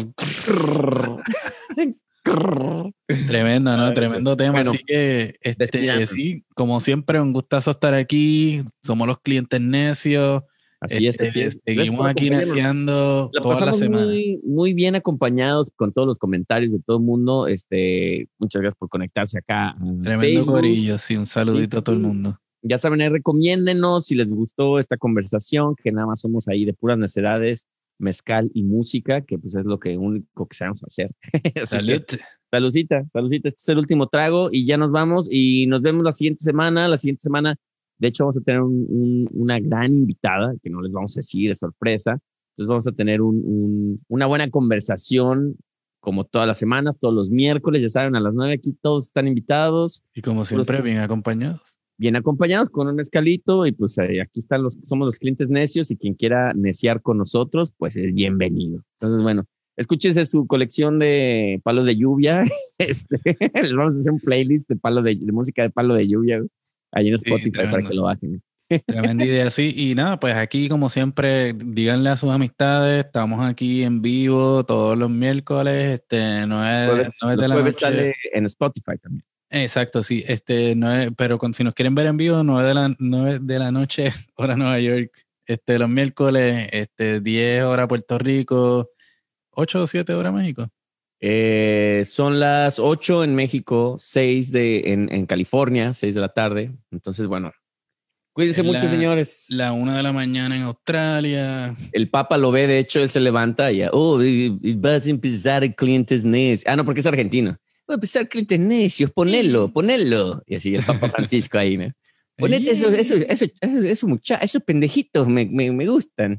Speaker 3: Tremendo, ¿no? Tremendo tema. Bueno, así que, este, sí, como siempre, un gustazo estar aquí. Somos los clientes necios.
Speaker 2: Así es, así es.
Speaker 3: Seguimos aquí neciando todas las semanas.
Speaker 2: Muy, muy bien acompañados con todos los comentarios de todo el mundo. Este, muchas gracias por conectarse acá.
Speaker 3: Tremendo corillo, sí, un saludito sí, a todo el mundo.
Speaker 2: Ya saben, ahí recomiéndenos si les gustó esta conversación, que nada más somos ahí de puras necedades. mezcal y música, que pues es lo que único que sabemos hacer.
Speaker 3: Salud.
Speaker 2: Saludcita, saludcita. Este es el último trago y ya nos vamos y nos vemos la siguiente semana. La siguiente semana, de hecho, vamos a tener un, un, una gran invitada que no les vamos a decir, es sorpresa. Entonces vamos a tener un, un, una buena conversación como todas las semanas, todos los miércoles, ya saben, a las nueve aquí todos están invitados.
Speaker 3: Y como siempre, bien acompañados.
Speaker 2: Bien acompañados con un mezcalito y pues eh, aquí están los, somos los clientes necios y quien quiera neciar con nosotros, pues es bienvenido. Entonces, bueno, escúchense su colección de palos de lluvia. Este, les vamos a hacer un playlist de, palo de, de música de palo de lluvia ahí en Spotify, sí, para que lo bajen.
Speaker 3: Tremenda idea, sí. Y nada, pues aquí, como siempre, díganle a sus amistades, estamos aquí en vivo todos los miércoles, este, nueve,
Speaker 2: jueves,
Speaker 3: nueve de la noche.
Speaker 2: Sale en Spotify también.
Speaker 3: Exacto, sí. Este, nueve, pero con, si nos quieren ver en vivo, nueve de la, nueve de la noche, hora Nueva York, este, los miércoles, este, diez hora Puerto Rico, ocho o siete horas México.
Speaker 2: Eh, son las ocho en México, seis de, en, en California, seis de la tarde. Entonces, bueno, cuídense
Speaker 3: es
Speaker 2: mucho,
Speaker 3: la,
Speaker 2: señores.
Speaker 3: La una de la mañana en Australia.
Speaker 2: El Papa lo ve, de hecho, él se levanta y ya, oh, vas a empezar clientes necios. Ah, no, porque es argentino. Voy a empezar clientes necios, ponelo, ponelo. Y así el Papa Francisco ahí, ¿no? Ponete esos, esos, esos, esos, esos muchachos, esos pendejitos, me, me, me gustan.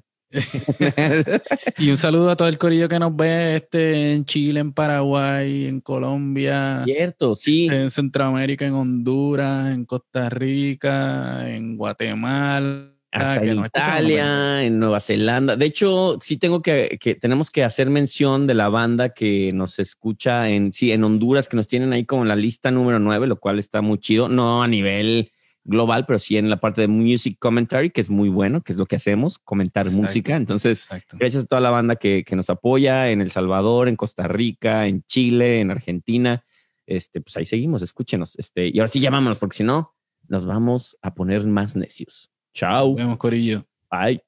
Speaker 3: Y un saludo a todo el corillo que nos ve este, en Chile, en Paraguay, en Colombia.
Speaker 2: Cierto, sí.
Speaker 3: En Centroamérica, en Honduras, en Costa Rica, en Guatemala.
Speaker 2: Hasta en Italia, en Nueva Zelanda. De hecho, sí tengo que, que, tenemos que hacer mención de la banda que nos escucha en, sí, en Honduras, que nos tienen ahí como en la lista número nueve, lo cual está muy chido. No a nivel global, pero sí en la parte de music commentary, que es muy bueno, que es lo que hacemos, comentar exacto, música. Entonces, exacto. Gracias a toda la banda que, que nos apoya en El Salvador, en Costa Rica, en Chile, en Argentina. Este, pues ahí seguimos, escúchenos. Este, y ahora sí llamámonos, porque si no, nos vamos a poner más necios. Chao.
Speaker 3: Nos vemos, corillo.
Speaker 2: Bye.